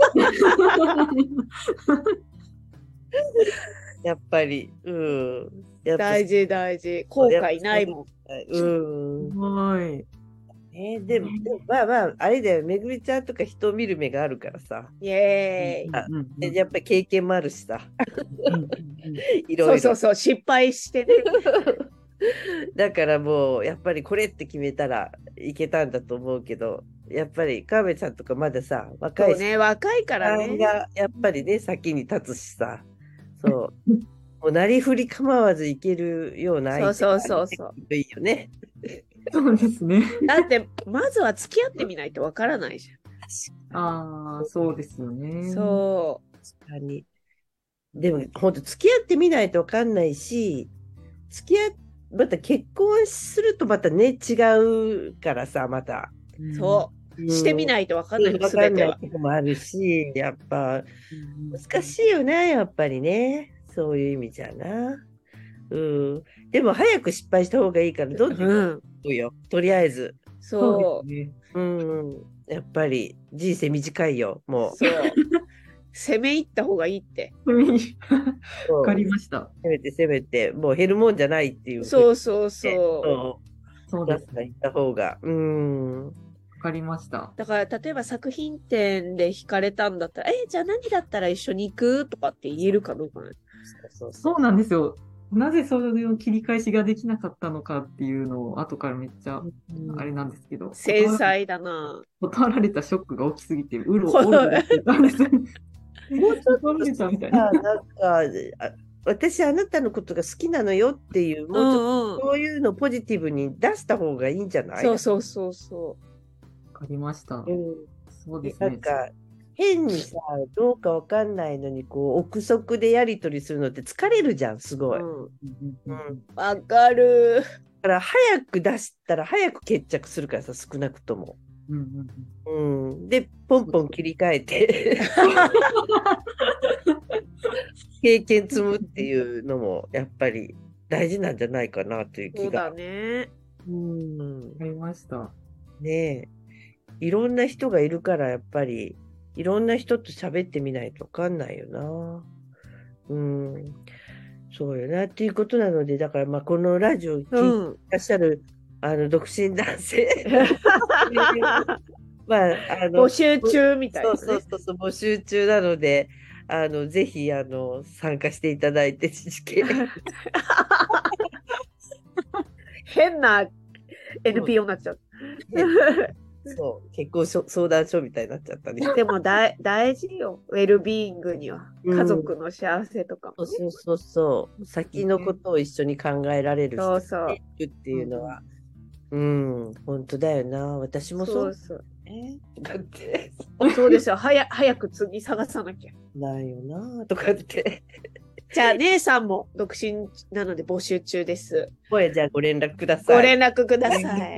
Speaker 2: やっぱり。うん。やっぱ
Speaker 1: 大事大事。後悔ないもん。
Speaker 2: うん。
Speaker 3: すごい。
Speaker 2: ね、でも、でもまあまあ、あれだよ、めぐみちゃんとか人を見る目があるからさ。
Speaker 1: イエーイ。
Speaker 2: あ
Speaker 3: うんうん
Speaker 2: でやっぱり経験もあるしさ。
Speaker 3: うんうん
Speaker 2: いろいろ。
Speaker 1: そうそうそう、失敗してね。
Speaker 2: だからもう、やっぱりこれって決めたらいけたんだと思うけど、やっぱり川辺さんとかまださ、若いうし、
Speaker 1: そね、若いからね。
Speaker 2: がやっぱりね、先に立つしさ、そう。もうなりふり構わずいけるような相手
Speaker 1: そうそうそうそう
Speaker 2: いいよね。
Speaker 3: そうですね。
Speaker 1: だって、まずは付き合ってみないとわからないじ
Speaker 3: ああ、そうですよ
Speaker 1: ゃん。
Speaker 3: ね。
Speaker 1: そ
Speaker 2: 確かに。でも、本当付き合ってみないとわかんないし、付き合っまた結婚するとまたね、違うからさ、また。
Speaker 1: う、そう。してみ
Speaker 2: い
Speaker 1: ないとわかんない、
Speaker 2: わか
Speaker 1: すべては。
Speaker 2: んないとこもあるし、やっぱ難しいよね、やっぱりね。そういう意味じゃな。うん。でも早く失敗した方がいいから、どんどん行
Speaker 1: うん。
Speaker 2: こうよ。とりあえず。
Speaker 1: そう。
Speaker 3: そうですね。
Speaker 2: うん。やっぱり人生短いよ、もう。
Speaker 1: そう。攻め入った方がいいって。
Speaker 2: わ
Speaker 3: わかりました。
Speaker 2: せめてせめて、もう減るもんじゃないっていう。
Speaker 1: そうそう
Speaker 2: そ
Speaker 1: そう。
Speaker 2: う。
Speaker 3: そうです。
Speaker 2: だから行った方が。うん。
Speaker 3: わかりました。
Speaker 1: だから、例えば作品展で惹かれたんだったら、え、じゃあ何だったら一緒に行くとかって言えるかどうかね。
Speaker 2: そうそ
Speaker 3: そうなんですよ。なぜそれを切り返しができなかったのかっていうのを後からめっちゃ
Speaker 2: う。
Speaker 3: あれなんですけど、
Speaker 1: 繊細だな。
Speaker 3: 断られたショックが大きすぎて、うろ
Speaker 1: そう
Speaker 3: うろしてたんです。
Speaker 2: もうちょっ
Speaker 3: 怒られたみたい
Speaker 2: とさ、
Speaker 3: な。
Speaker 2: なんか、あ、私あなたのことが好きなのよっていう、もうちょっと
Speaker 1: うんうん。
Speaker 2: そういうのポジティブに出した方がいいんじゃない？
Speaker 1: そうそうそうそ
Speaker 3: わかりました。
Speaker 2: うん。
Speaker 3: そうですね。
Speaker 2: なんか、変にさ、どうかわかんないのに、こう、憶測でやり取りするのって疲れるじゃん、す
Speaker 1: う。
Speaker 2: ごい。
Speaker 1: うん。
Speaker 3: うんうんうんうん
Speaker 1: わかる。
Speaker 2: だから早く出したら早く決着するからさ、少なくとも。
Speaker 3: うんうんうん。
Speaker 2: うん。で、ポンポン切り替えて経験積むっていうのも、やっぱり大事なんじゃないかなという
Speaker 1: そうだ
Speaker 2: 気が。
Speaker 1: ね。
Speaker 2: うん。
Speaker 3: わかりました。
Speaker 2: ねえ。いろんな人がいるから、やっぱり、いろんな人と喋ってみないとわかんないよな。うん。そうよな。っていうことなので、だから、まあ、このラジオを聞いてい
Speaker 1: うん。
Speaker 2: らっしゃる、あの、独身男性まあ、あの、
Speaker 1: 募集中みたいな
Speaker 2: そうそう
Speaker 1: ね。
Speaker 2: そうそう、募集中なので、あの、ぜひ、あの、参加していただいて、知識。
Speaker 1: 変な エヌピーオー になっちゃう。
Speaker 2: そう、結婚相談所みたいになっちゃったね。
Speaker 1: でも大大事よ。ウェルビーイングには。
Speaker 2: うん
Speaker 1: 家族の幸せとかもね。
Speaker 2: そうそうそうそう。先のことを一緒に考えられる人が
Speaker 1: そうそう。
Speaker 2: いるっていうのは、うん、本当だよな。私もそう
Speaker 1: そうそう。
Speaker 2: ね。とかって、
Speaker 1: そうですよ。早早く次探さなきゃ。
Speaker 2: ないよな、とかって。
Speaker 1: じゃあ、姉さんも独身なので募集中です。
Speaker 2: 声じゃあご連絡くだ
Speaker 1: ご
Speaker 2: さい。
Speaker 1: 連絡ください。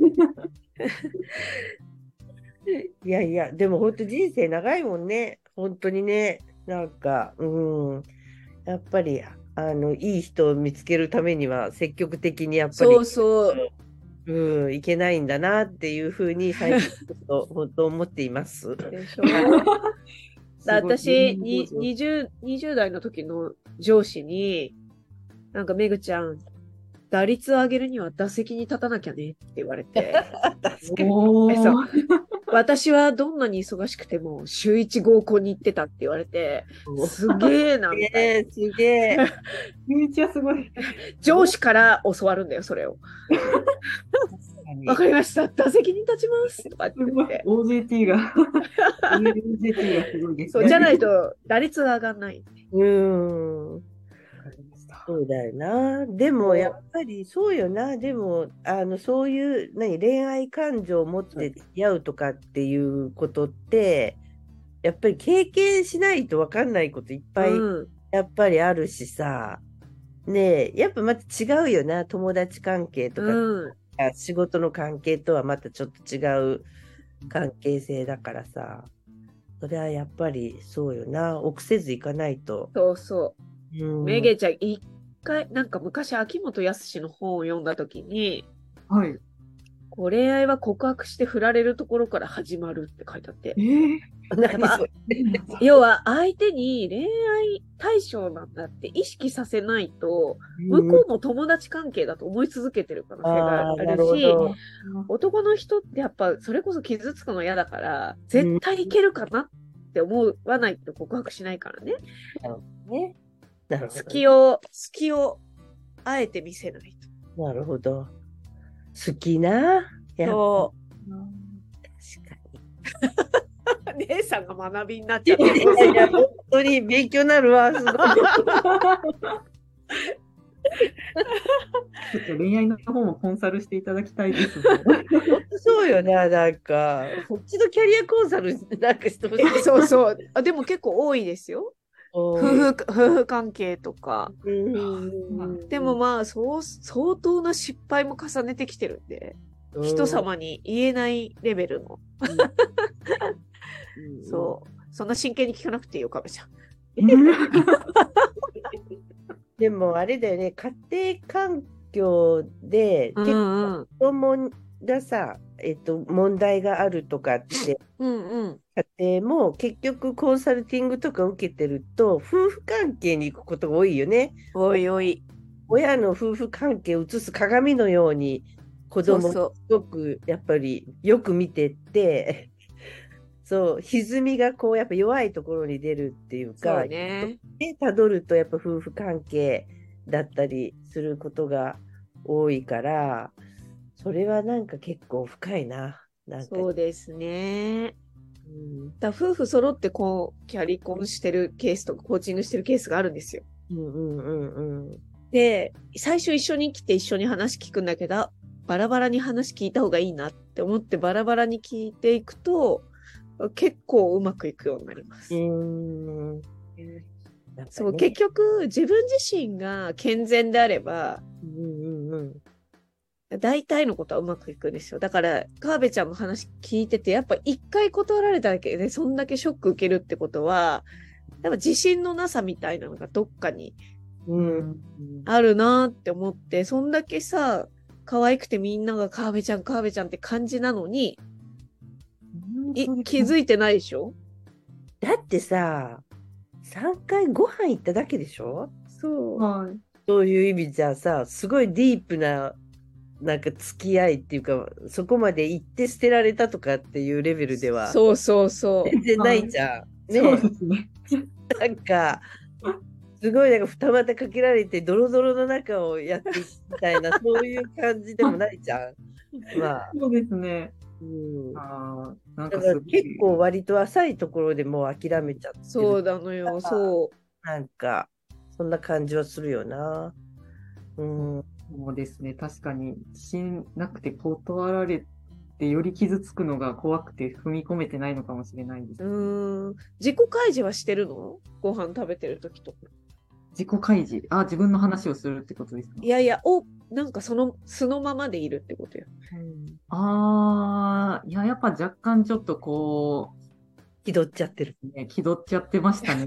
Speaker 2: いやいや、でも本当人生長いもんね。本当にね。なんか、うん。やっぱり、あの、いい人を見つけるためには積極的にやっぱり、
Speaker 1: そうそう。
Speaker 2: うん、いけないんだなっていうふうに最近ちょっと本当思っています。
Speaker 1: でしょ
Speaker 3: すごい
Speaker 1: 私ににじゅう、にじゅう代の時の上司に、なんかめぐちゃん、打率を上げるには打席に立たなきゃねって言われて、
Speaker 2: 確かに。
Speaker 3: おー
Speaker 1: そう私はどんなに忙しくても週一合コンに行ってたって言われて、すげえなみたいな。
Speaker 2: えー、すげえ。
Speaker 3: ゆういちはすごい。
Speaker 1: 上司から教わるんだよ、それを。わかりました。打席に立ちますとかって
Speaker 3: すごい。
Speaker 1: 言って。
Speaker 3: オージェーティー が。オージェーティー がすごいですね。
Speaker 1: そうじゃないと打率が上がんない。
Speaker 2: うん。
Speaker 3: わかりました。
Speaker 2: そうだよな。でも、やっぱりそうよな。でも、あの、そういう、何、恋愛感情を持って付き合うとかっていうことって、やっぱり経験しないと分かんないこといっぱい、
Speaker 1: うん。
Speaker 2: やっぱりあるしさ。ねえ、やっぱまた違うよな。友達関係とか、
Speaker 1: うん。
Speaker 2: あ仕事の関係とはまたちょっと違う関係性だからさ。それはやっぱりそうよな。臆せず行かないと。
Speaker 1: そうそうう。
Speaker 2: ん。
Speaker 1: めげちゃん、一回、なんか昔、秋元康の本を読んだときに、
Speaker 3: はい。
Speaker 1: こう恋愛は告白して振られるところから始まるって書いてあって
Speaker 3: え。ー、
Speaker 2: 何それ。
Speaker 1: 要は相手に恋愛対象なんだって意識させないと、向こうも友達関係だと思い続けてる可能性が
Speaker 2: ああ、
Speaker 1: あ
Speaker 2: なるほ
Speaker 1: るし、
Speaker 2: ど。
Speaker 1: 男の人ってやっぱそれこそ傷つくの嫌だから、絶対いけるかなって思わないと告白しないからね。
Speaker 2: なるほどね。なるほど。
Speaker 1: 隙を、隙をあえて見せないと。
Speaker 2: なるほど。好きな。やっ
Speaker 1: そ
Speaker 2: 確か
Speaker 1: う。姉さんが学びになっ
Speaker 2: に。
Speaker 1: ちゃって
Speaker 2: いやいや、本当に勉強になるわ。すごい。
Speaker 3: ちょっと恋愛の方もコンサルしていただきたいです。
Speaker 2: そうよな、なんか、そっちのキャリアコンサルなんかしてほしい。
Speaker 1: そうそう。あでも結構多いですよ。
Speaker 2: 夫
Speaker 1: 夫婦、夫婦関係とか。
Speaker 2: うん
Speaker 1: でもまあ、そう、相当な失敗も重ねてきてるんで、
Speaker 2: うん
Speaker 1: 人様に言えないレベルの。
Speaker 2: うん
Speaker 1: そう。そんな真剣に聞かなくていいよ、かべちゃん。
Speaker 2: でもあれだよね、家庭環境で結構
Speaker 1: んうん。
Speaker 2: 子供がさ、えっと、問題があるとかって
Speaker 1: うんうん。
Speaker 2: 家庭も結局コンサルティングとか受けてると夫婦関係に行くことが多いよね。
Speaker 1: おいおい。
Speaker 2: 親の夫婦関係を映す鏡のように子供をす
Speaker 1: そうそ
Speaker 2: ごくやっぱりよく見てってそう歪みがこうやっぱ弱いところに出るっていう
Speaker 1: う。
Speaker 2: か
Speaker 1: そうね。
Speaker 2: でたどるとやっぱ夫婦関係だったりすることが多いからそれはなんか結構深いな。なんか
Speaker 1: そうですね。
Speaker 2: うん
Speaker 1: だから夫婦揃ってこう、キャリコンしてるケースとか、コーチングしてるケースがあるんですよ。
Speaker 2: うんうんうんうん。
Speaker 1: で、最初一緒に来て一緒に話聞くんだけど、バラバラに話聞いた方がいいなって思ってバラバラに聞いていくと、結構うまくいくようになります。
Speaker 2: うーん。
Speaker 1: そう、結局自分自身が健全であれば、
Speaker 2: うんうんうん。
Speaker 1: 大体のことはうまくいくんですよ。だから、川辺ちゃんの話聞いてて、やっぱ一回断られただけで、そんだけショック受けるってことは、やっぱ自信のなさみたいなのがどっかに
Speaker 2: うん
Speaker 1: あるなって思って、そんだけさ、可愛くてみんなが川辺ちゃん、川辺ちゃんって感じなのに、い気づいてないでしょ？
Speaker 2: だってさ、さんかいご飯行っただけでしょ？
Speaker 1: そう。
Speaker 3: はい。
Speaker 2: そういう意味じゃさ、すごいディープな、なんか付き合いっていうか、そこまで行って捨てられたとかっていうレベルでは、
Speaker 1: そうそうそう。
Speaker 2: 全然ないじゃん。ね
Speaker 3: そうですね。
Speaker 2: なんか、すごいなんか二股かけられて、ドロドロの中をやっていくみたいな、そういう感じでもないじゃん。まあ、
Speaker 3: そうですね。
Speaker 2: うん。
Speaker 3: ああ、なん
Speaker 2: だから
Speaker 3: かすごい
Speaker 2: 結構割と浅いところでもう諦めちゃってる。
Speaker 1: そうなのよ、そう。
Speaker 2: なんか、そんな感じはするよな。うん。
Speaker 3: そうですね。確かに、自信なくて断られて、より傷つくのが怖くて踏み込めてないのかもしれないです。
Speaker 1: うーん。自己開示はしてるの？ご飯食べてる時とか。
Speaker 3: 自己開示。あ、自分の話をするってことですか？
Speaker 1: いやいや、お、なんかその素のままでいるってことよ。
Speaker 3: ああ、いや、やっぱ若干ちょっとこ
Speaker 2: 気取っちゃってる。
Speaker 3: う、ね、気取っちゃってましたね。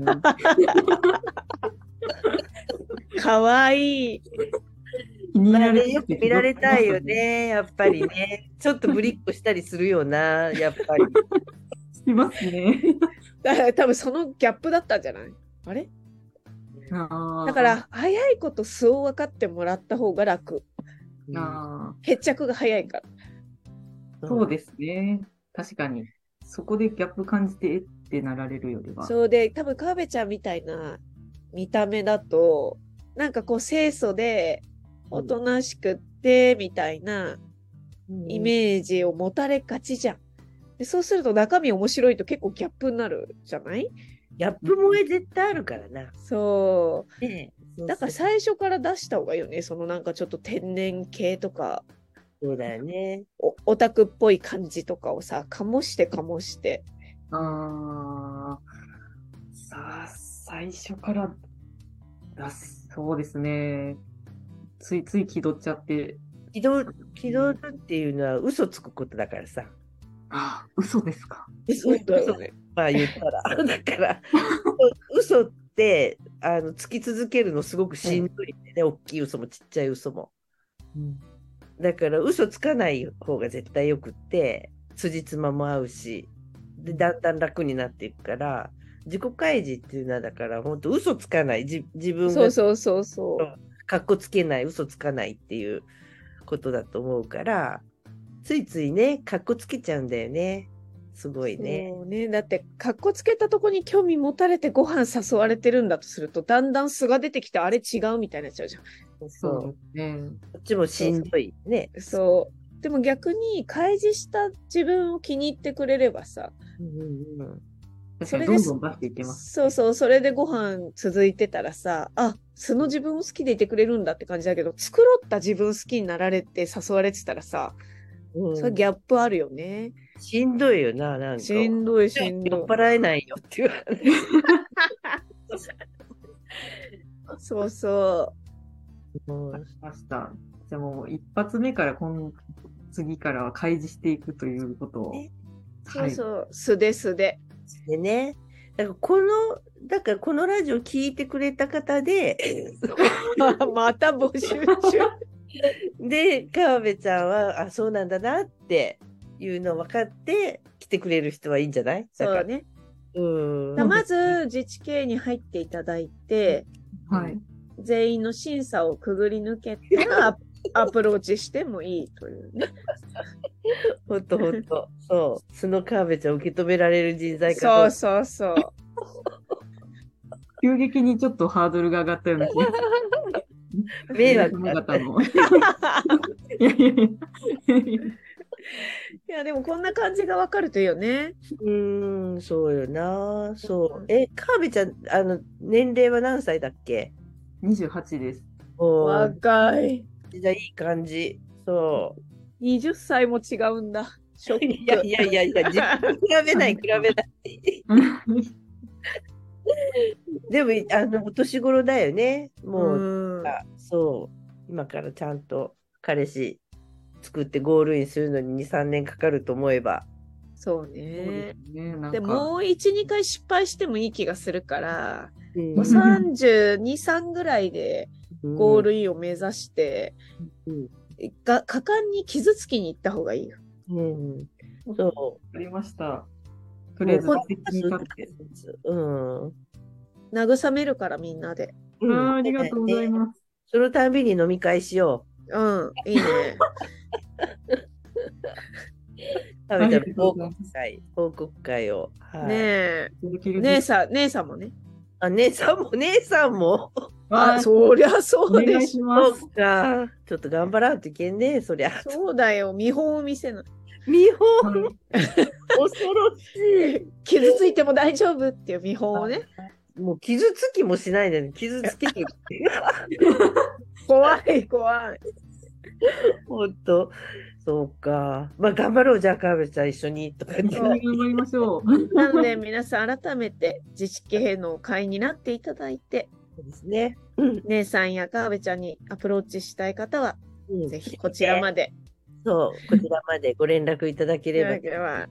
Speaker 1: かわいい。
Speaker 3: 気に入られ
Speaker 2: まあね、よく見られたいよね、やっぱりね。ちょっとぶりっこしたりするよな、やっぱり。
Speaker 3: しますね。
Speaker 1: だから多分そのギャップだったんじゃない？あれ？
Speaker 3: あー
Speaker 1: だから早いこと素を分かってもらった方が楽。
Speaker 3: あ
Speaker 1: 決着が早いから。
Speaker 3: ー、そうですね。確かに。そこでギャップ感じて、えってなられるよりは。
Speaker 1: そうで、多分川辺ちゃんみたいな見た目だと、なんかこう清楚で、おとなしくってみたいなイメージを持たれがちじゃん。でそうすると中身面白いと結構ギャップになるじゃない？
Speaker 2: ギャップ萌え絶対あるからな。
Speaker 1: そ
Speaker 2: ねえ、
Speaker 1: う。だから最初から出した方がいいよね。そのなんかちょっと天然系とか、
Speaker 2: そうだよね。
Speaker 1: おオタクっぽい感じとかをさ、醸して醸して。
Speaker 3: ああ、さあ、最初から出す。そうですね。ついつい気取っちゃって。
Speaker 2: 気取る、気取るっていうのは嘘つくことだからさ。
Speaker 3: あ、嘘ですか。
Speaker 1: そうだよね。
Speaker 2: まあ言ったら。だから、嘘ってあのつき続けるのすごくしんどいんでね、大きい嘘もちっちゃい嘘も。
Speaker 3: うん
Speaker 2: だから嘘つかない方が絶対よくって、辻褄も合うし、で、だんだん楽になっていくから、自己開示っていうのはだから本当嘘つかない、じ自分が
Speaker 1: そうそうそうそう。
Speaker 2: かっこつけない、嘘つかないっていうことだと思うから、ついついね、かっこつけちゃうんだよね。すごいね。
Speaker 1: そうね。だって、かっこつけたとこに興味持たれてご飯誘われてるんだとすると、だんだん素が出てきて、あれ違うみたいになっちゃうじゃん。
Speaker 2: そう
Speaker 3: そうですね。
Speaker 2: こっちもしんどいね。
Speaker 1: そう。でも逆に、開示した自分を気に入ってくれればさ、
Speaker 2: うんうんうん、
Speaker 3: 確かにどんどん出していけます。
Speaker 1: そうそう、それでご飯続いてたらさ、あ、素の自分を好きでいてくれるんだって感じだけど、繕った自分好きになられて誘われてたらさ、
Speaker 2: うん、
Speaker 1: それギャップあるよね。
Speaker 2: しんどいよな、なんか。
Speaker 1: しんどいしんどい。
Speaker 2: 酔っ払えないよっていう話。
Speaker 1: そうそ
Speaker 2: うん
Speaker 3: わかりました。じゃあもう一発目から今次からは開示していくということを。
Speaker 2: ね
Speaker 1: う。そうそう。素で素で。
Speaker 2: でね、だからこの、だからこのラジオ聞いてくれた方で、
Speaker 1: また募集中。
Speaker 2: で、川辺ちゃんは、あ、そうなんだなっていうのを分かって来てくれる人はいいんじゃない？
Speaker 1: そうだね。
Speaker 2: うん。
Speaker 1: だまず、自治系に入っていただいて、
Speaker 3: はい。
Speaker 1: 全員の審査をくぐり抜けたら、アプローチしてもいいというね。
Speaker 2: ほんとほんと。そう。素の川辺ちゃんを受け止められる人材か
Speaker 1: そうそうそう。
Speaker 3: 急激にちょっとハードルが上がったような気がする。
Speaker 2: 迷惑
Speaker 3: 方の。いやいやいや
Speaker 1: いや、でもこんな感じがわかるといいよね。
Speaker 2: うーん、そうよな。そう。え、川辺ちゃん、あの、年齢は何歳だっけ？
Speaker 3: にじゅうはちです。
Speaker 2: おー、
Speaker 1: 若い。
Speaker 2: じゃあいい感じ。そ
Speaker 1: はたちも違うんだ。ショ
Speaker 2: う。
Speaker 1: ック。
Speaker 2: いやいやいやいや、自分比べない、比べない。でも、あの、お年頃だよね。もう、
Speaker 1: うん。
Speaker 2: あそう。今からちゃんと彼氏作ってゴールインするのにに、さんねんかかると思えば。
Speaker 1: そう
Speaker 3: そうで
Speaker 1: ね。
Speaker 3: すね。なん
Speaker 1: で
Speaker 3: か、
Speaker 1: もういち、にかい失敗してもいい気がするから、
Speaker 2: うん
Speaker 1: もうさんじゅうに、さんぐらいでゴールインを目指して、
Speaker 2: うん
Speaker 1: が果敢に傷つきに行った方がいいよ。
Speaker 2: うん、そ
Speaker 3: ありました。
Speaker 2: う。
Speaker 3: とりあえず、
Speaker 2: もう
Speaker 3: 打席に立って。
Speaker 2: うん。
Speaker 1: 慰めるからみんなで。
Speaker 2: うん
Speaker 3: あーありがとうござい
Speaker 2: ね
Speaker 3: ます。
Speaker 2: そのたんびに飲み会しよ
Speaker 1: うん、いいね。
Speaker 2: う。食べた
Speaker 3: ありがとう
Speaker 2: 報
Speaker 3: ございます
Speaker 2: 告会、報告会を。はい。
Speaker 1: ねえ。
Speaker 3: できる
Speaker 1: 姉さん、姉さんもね。
Speaker 2: あ、姉さんも、姉さんも。
Speaker 1: あ、
Speaker 3: あ、
Speaker 1: そりゃそ
Speaker 3: お願い
Speaker 1: うでしょ。
Speaker 3: します。
Speaker 2: そうか。ちょっと頑張らんといけんね、そりゃ。
Speaker 1: そうだよ。見本を見せない。
Speaker 2: 見本、
Speaker 3: はい
Speaker 2: 恐ろしい。
Speaker 1: 傷ついても大丈夫っていう見本をね。
Speaker 2: もう傷つきもしないのに傷つけるっていう。
Speaker 1: 怖い、怖い。
Speaker 2: 本当。そうか。まあ頑張ろう、じゃあ、川辺ちゃん一緒にとか言って。
Speaker 3: 一緒に頑張りましょう。
Speaker 1: なので皆さん改めて自治系の会になっていただいて、
Speaker 2: そうですね。うん。
Speaker 1: 姉さんや川辺ちゃんにアプローチしたい方は、
Speaker 2: うん
Speaker 1: ぜひこちらまで。
Speaker 2: そう、こちらまでご連絡いただければ。
Speaker 1: いただければ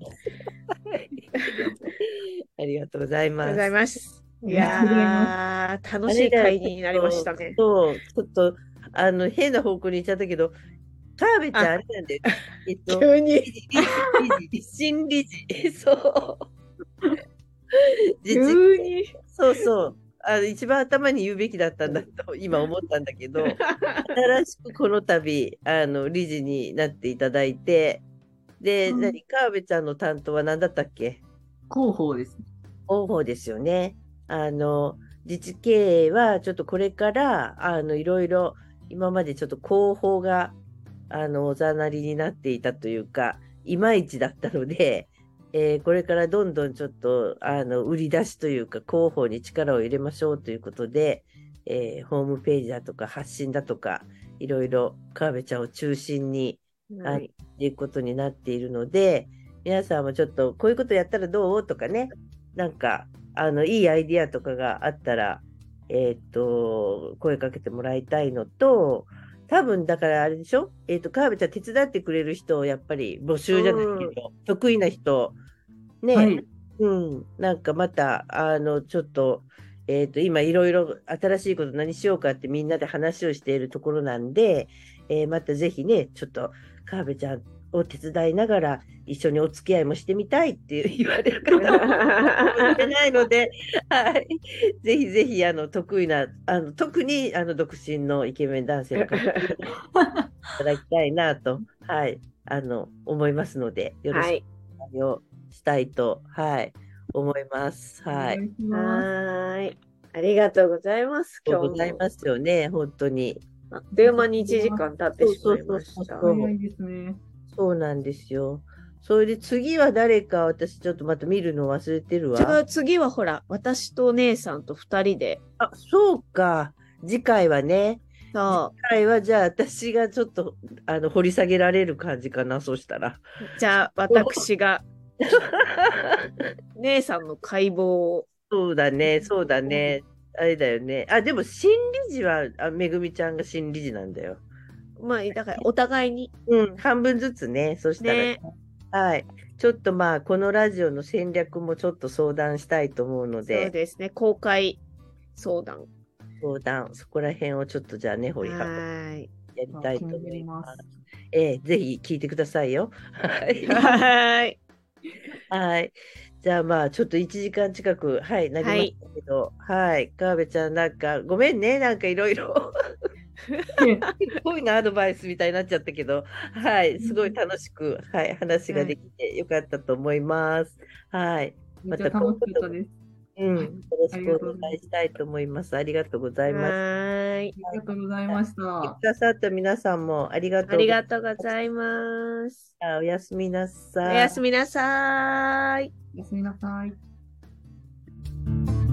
Speaker 2: ありがとうございます。
Speaker 1: ございます。い
Speaker 3: ありがとうござい
Speaker 1: やー、楽しい会になりましたね。
Speaker 2: そう、ちょっと、あの、変な方向に行っちゃったけど、川辺ちゃん、あれなんだよ。えっと、
Speaker 1: 急に。
Speaker 2: 理事、理事、新理事。そう。実
Speaker 1: 急に。
Speaker 2: そうそう。あの一番頭に言うべきだったんだと今思ったんだけど、新しくこの度あの理事になっていただいて、で、
Speaker 3: うん
Speaker 2: 何、川辺ちゃんの担当は何だったっけ？
Speaker 3: 広報です。
Speaker 2: 広報ですよね。あの自治経営はちょっとこれからあのいろいろ今までちょっと広報があのおざなりになっていたというか、いまいちだったので、えーこれからどんどんちょっとあの売り出しというか広報に力を入れましょうということで、えーホームページだとか発信だとかいろいろ川辺ちゃんを中心にあ
Speaker 1: はい
Speaker 2: っていくことになっているので、皆さんもちょっとこういうことやったらどうとかね、なんかあのいいアイディアとかがあったら、えーっと声かけてもらいたいのと、多分だからあれでしょ、えーっと川辺ちゃん手伝ってくれる人をやっぱり募集じゃないけど、得意な人ね、
Speaker 3: はい。
Speaker 2: うん、なんかまたあのちょっと、えーっと今いろいろ新しいこと何しようかってみんなで話をしているところなんで、えーまたぜひね、ちょっと川辺ちゃんを手伝いながら一緒にお付き合いもしてみたいって言われる方もいれないので、はい、ぜひぜひあの得意なあの特にあの独身のイケメン男性の方にいただきたいなと、はい、あの思いますので、よろし
Speaker 1: はい。
Speaker 2: くお願いをしたいと、はい、思います。はい。
Speaker 3: お願いします。
Speaker 1: はーい。ありがとうございます。
Speaker 2: ありがとう
Speaker 1: 今日も。
Speaker 2: ございますよね、本当に。
Speaker 1: あっという間にいちじかん経ってしまいました。
Speaker 2: そうそうそうそう
Speaker 3: 早いですね。
Speaker 2: そうなんですよ。それで次は誰か、私ちょっとまた見るの忘れてる
Speaker 1: 違
Speaker 2: わ。
Speaker 1: う、次はほら、私とお姉さんと二人で。
Speaker 2: あ、そうか。次回はね。
Speaker 1: そ
Speaker 2: 次回はじゃあ私がちょっとあの掘り下げられる感じかな、そうしたら。
Speaker 1: う。じゃあ、私が、姉さんの解剖を。
Speaker 2: そうだね、そうだね。あれだよね。あ、でも新理事は、あ、めぐみちゃんが新理事なんだよ。
Speaker 1: まあ、だから、お互いに。
Speaker 2: うん、半分ずつね、そしたら。
Speaker 1: ね。
Speaker 2: はい。ちょっとまあ、このラジオの戦略もちょっと相談したいと思うの
Speaker 1: そう
Speaker 2: で、
Speaker 1: ですね。公開相談。
Speaker 2: 相談、そこら辺をちょっとじゃあね、掘り
Speaker 1: は
Speaker 2: 葉掘
Speaker 1: ーい。
Speaker 2: りやりたいと思いま。
Speaker 3: ます
Speaker 2: ええ、ぜひ聞いてくださいよ。はい。
Speaker 1: はーい。
Speaker 2: はい。じゃあまあ、ちょっといちじかん近く、はい、なりましたけど、はい。川辺ちゃん、なんか、ごめんね、なんかいろいろ。すごいなアドバイスみたいになっちゃったけど、はい、すごい楽しく、はい、話ができてよかったと思います。はい。
Speaker 3: めっちゃ楽しかったです。
Speaker 2: うん、
Speaker 3: はい、
Speaker 2: よろしくお願いしたいと思います。ありがとうございます。
Speaker 1: はーい。
Speaker 3: ありがとうございまし
Speaker 2: 来て
Speaker 3: た。
Speaker 2: くださった皆さんもありが
Speaker 1: あ
Speaker 2: とうござい
Speaker 1: りがとうございます。
Speaker 2: ました。おやすみな
Speaker 1: お
Speaker 2: さい。
Speaker 1: やすみなさーい。
Speaker 3: おやすみなさい。